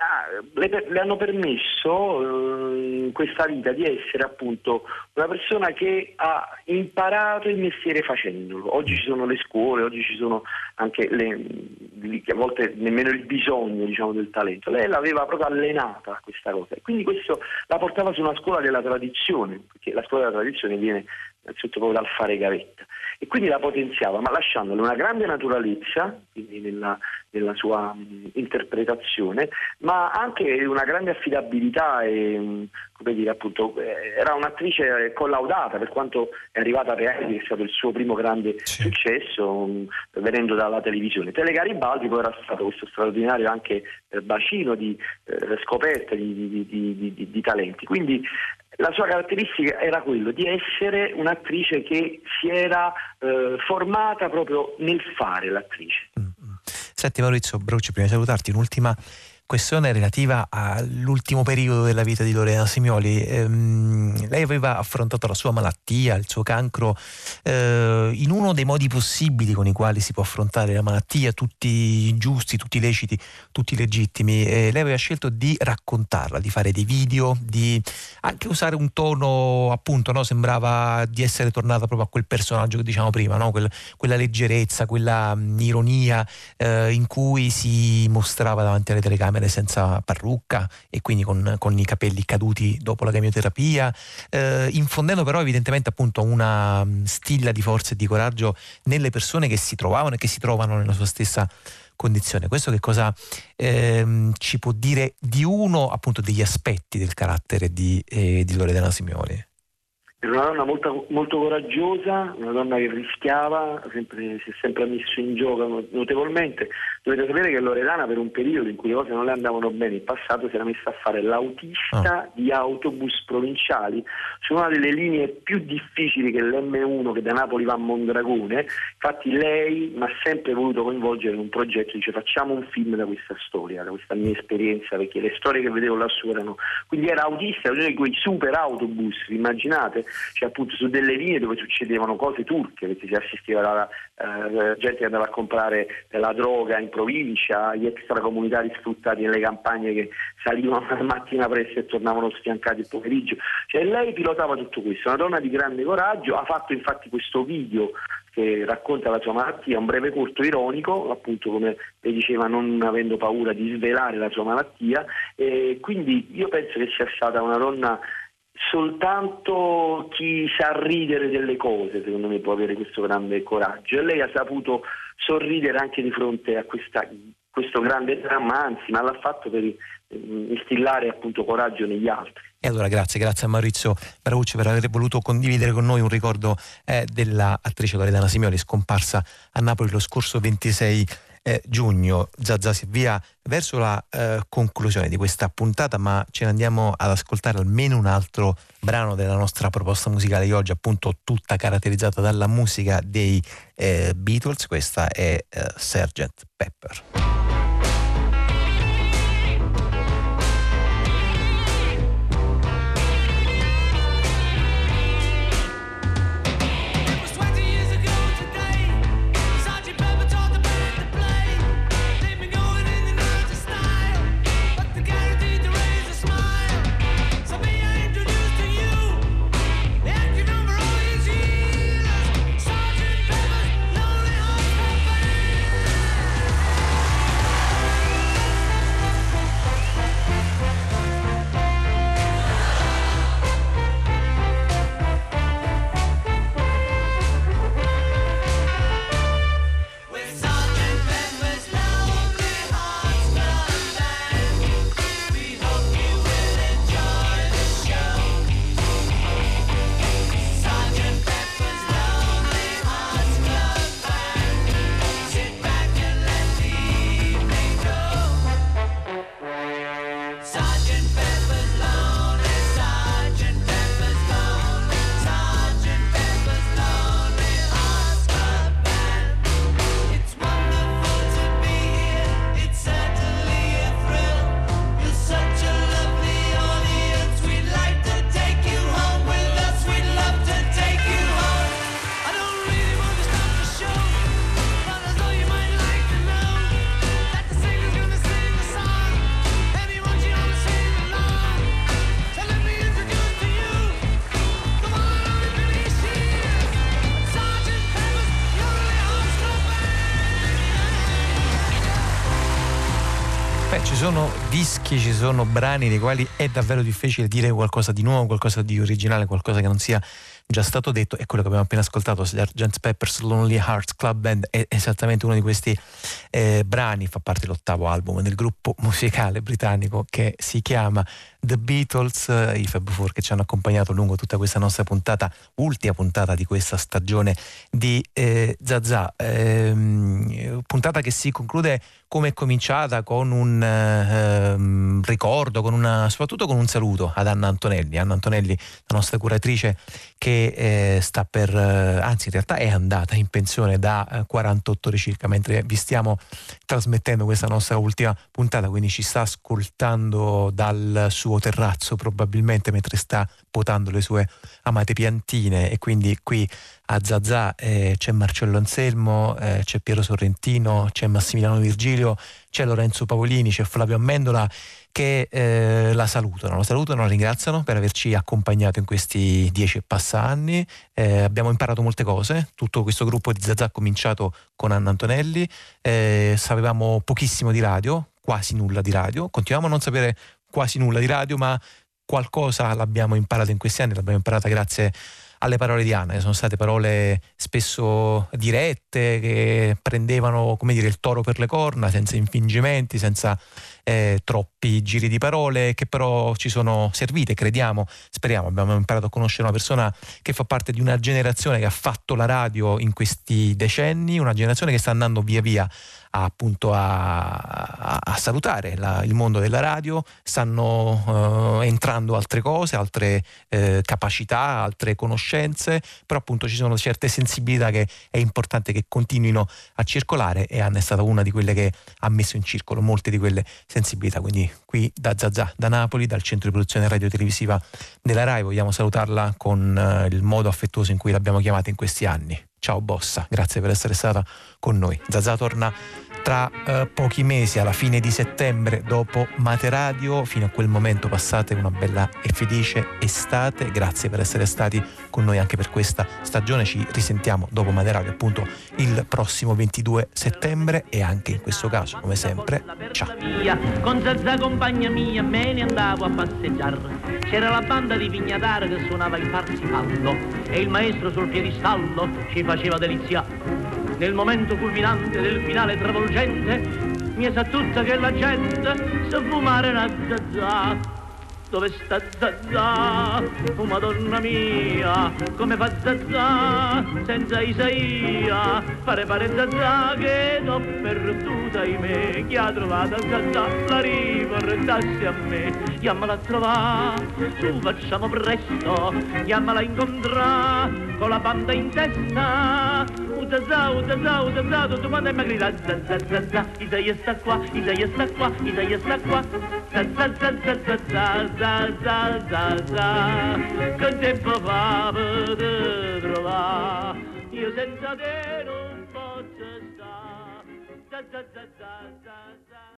le hanno permesso in questa vita di essere appunto una persona che ha imparato il mestiere facendolo. Oggi ci sono le scuole, oggi ci sono anche a volte nemmeno il bisogno, diciamo, del talento. Lei l'aveva proprio allenata questa cosa, e quindi questo la portava su una scuola della tradizione, perché la scuola della tradizione viene innanzitutto proprio dal fare gavetta, e quindi la potenziava, ma lasciandole una grande naturalezza, quindi nella sua interpretazione, ma anche una grande affidabilità e, come dire, appunto, era un'attrice collaudata, per quanto è arrivata a reality, che è stato il suo primo grande successo, venendo dalla televisione. Tele Garibaldi poi era stato questo straordinario anche bacino di scoperte di talenti, quindi la sua caratteristica era quello di essere un'attrice che si era formata proprio nel fare l'attrice. Senti Maurizio Brarucci, prima di salutarti, un'ultima questione relativa all'ultimo periodo della vita di Loredana Simioli. Lei aveva affrontato la sua malattia, il suo cancro, in uno dei modi possibili con i quali si può affrontare la malattia, tutti giusti, tutti leciti, tutti legittimi. Lei aveva scelto di raccontarla, di fare dei video, di anche usare un tono, appunto, no? Sembrava di essere tornata proprio a quel personaggio che diciamo prima, no? Quella leggerezza, quella ironia in cui si mostrava davanti alle telecamere senza parrucca e quindi con i capelli caduti dopo la chemioterapia, infondendo però evidentemente appunto una stilla di forza e di coraggio nelle persone che si trovavano e che si trovano nella sua stessa condizione. Questo che cosa ci può dire di uno appunto degli aspetti del carattere di Loredana Simioli? Era una donna molto, molto coraggiosa, una donna che rischiava, si è sempre messo in gioco notevolmente. Dovete sapere che Loredana, per un periodo in cui le cose non le andavano bene in passato, si era messa a fare l'autista di autobus provinciali su una delle linee più difficili, che è l'M1, che da Napoli va a Mondragone. Infatti lei mi ha sempre voluto coinvolgere in un progetto, dice facciamo un film da questa storia, da questa mia esperienza, perché le storie che vedevo lassù erano... Quindi era autista, uno di quei super autobus, immaginate? Cioè appunto su delle linee dove succedevano cose turche, perché si assisteva alla gente che andava a comprare la droga in provincia, gli extracomunitari sfruttati nelle campagne che salivano la mattina presto e tornavano sfiancati il pomeriggio. Cioè lei pilotava tutto questo, una donna di grande coraggio. Ha fatto infatti questo video che racconta la sua malattia, un breve corto ironico, appunto come lei diceva, non avendo paura di svelare la sua malattia, e quindi io penso che sia stata una donna... Soltanto chi sa ridere delle cose, secondo me, può avere questo grande coraggio, e lei ha saputo sorridere anche di fronte a questo grande dramma, anzi, ma l'ha fatto per instillare appunto coraggio negli altri. E allora grazie a Maurizio Brarucci per aver voluto condividere con noi un ricordo della attrice Loredana Simioli, scomparsa a Napoli lo scorso 26 giugno. Zazà si avvia verso la conclusione di questa puntata, ma ce ne andiamo ad ascoltare almeno un altro brano della nostra proposta musicale di oggi, appunto tutta caratterizzata dalla musica dei Beatles. Questa è Sgt. Pepper. ci sono dischi, ci sono brani dei quali è davvero difficile dire qualcosa di nuovo, qualcosa di originale, qualcosa che non sia già stato detto, e quello che abbiamo appena ascoltato, Sgt. Pepper's Lonely Hearts Club Band, è esattamente uno di questi brani, fa parte dell'8º album del gruppo musicale britannico che si chiama The Beatles, i Fab Four, che ci hanno accompagnato lungo tutta questa nostra puntata, ultima puntata di questa stagione di Zazà, puntata che si conclude come è cominciata, con un ricordo, soprattutto con un saluto ad Anna Antonelli, la nostra curatrice, che sta per, anzi in realtà è andata in pensione da 48 ore circa, mentre vi stiamo trasmettendo questa nostra ultima puntata, quindi ci sta ascoltando dal suo terrazzo probabilmente mentre sta potando le sue amate piantine, e quindi qui a Zazà c'è Marcello Anselmo, c'è Piero Sorrentino, c'è Massimiliano Virgilio, c'è Lorenzo Pavolini, c'è Flavio Amendola, che la salutano, la ringraziano per averci accompagnato in questi 10 e passa anni. Abbiamo imparato molte cose, tutto questo gruppo di Zazà ha cominciato con Anna Antonelli, sapevamo pochissimo di radio, quasi nulla di radio, continuiamo a non sapere quasi nulla di radio, ma qualcosa l'abbiamo imparato in questi anni, l'abbiamo imparata grazie alle parole di Anna, che sono state parole spesso dirette, che prendevano, come dire, il toro per le corna, senza infingimenti, senza troppi giri di parole, che però ci sono servite, crediamo, speriamo. Abbiamo imparato a conoscere una persona che fa parte di una generazione che ha fatto la radio in questi decenni, una generazione che sta andando via via appunto a salutare il mondo della radio. Stanno entrando altre cose, altre capacità, altre conoscenze, però appunto ci sono certe sensibilità che è importante che continuino a circolare, e Anna è stata una di quelle che ha messo in circolo molte di quelle sensibilità. Quindi qui da Zazà, da Napoli, dal centro di produzione radio-televisiva della Rai, vogliamo salutarla con il modo affettuoso in cui l'abbiamo chiamata in questi anni. Ciao Bossa, grazie per essere stata con noi. Zazà torna tra pochi mesi, alla fine di settembre, dopo Mate Radio. Fino a quel momento passate una bella e felice estate. Grazie per essere stati con noi anche per questa stagione. Ci risentiamo dopo Mate Radio, appunto il prossimo 22 settembre, e anche in questo caso, come sempre, ciao. Con Zazà compagna mia me ne andavo a passeggiare. C'era la banda di Pignataro che suonava il Parsifallo, e il maestro sul piedistallo ci faceva delizia. Nel momento culminante del finale travolgente mi sa tutta che la gente sa fumare una Zazà. Dove sta Zazà? Oh Madonna mia, come fa Zazà senza Isaia? Pare Zazà che l'ho perduta, ahimè. Chi ha trovato Zazà la riportassi a me. Chiamala a trovare, su facciamo presto, chiamala a incontrare con la banda in testa. Zazà, tutto quanto mi grida Zazà, Isaia sta qua, Isaia sta qua, Isaia sta qua. Zazà, che tempo fa per trovare, io senza te non posso stare.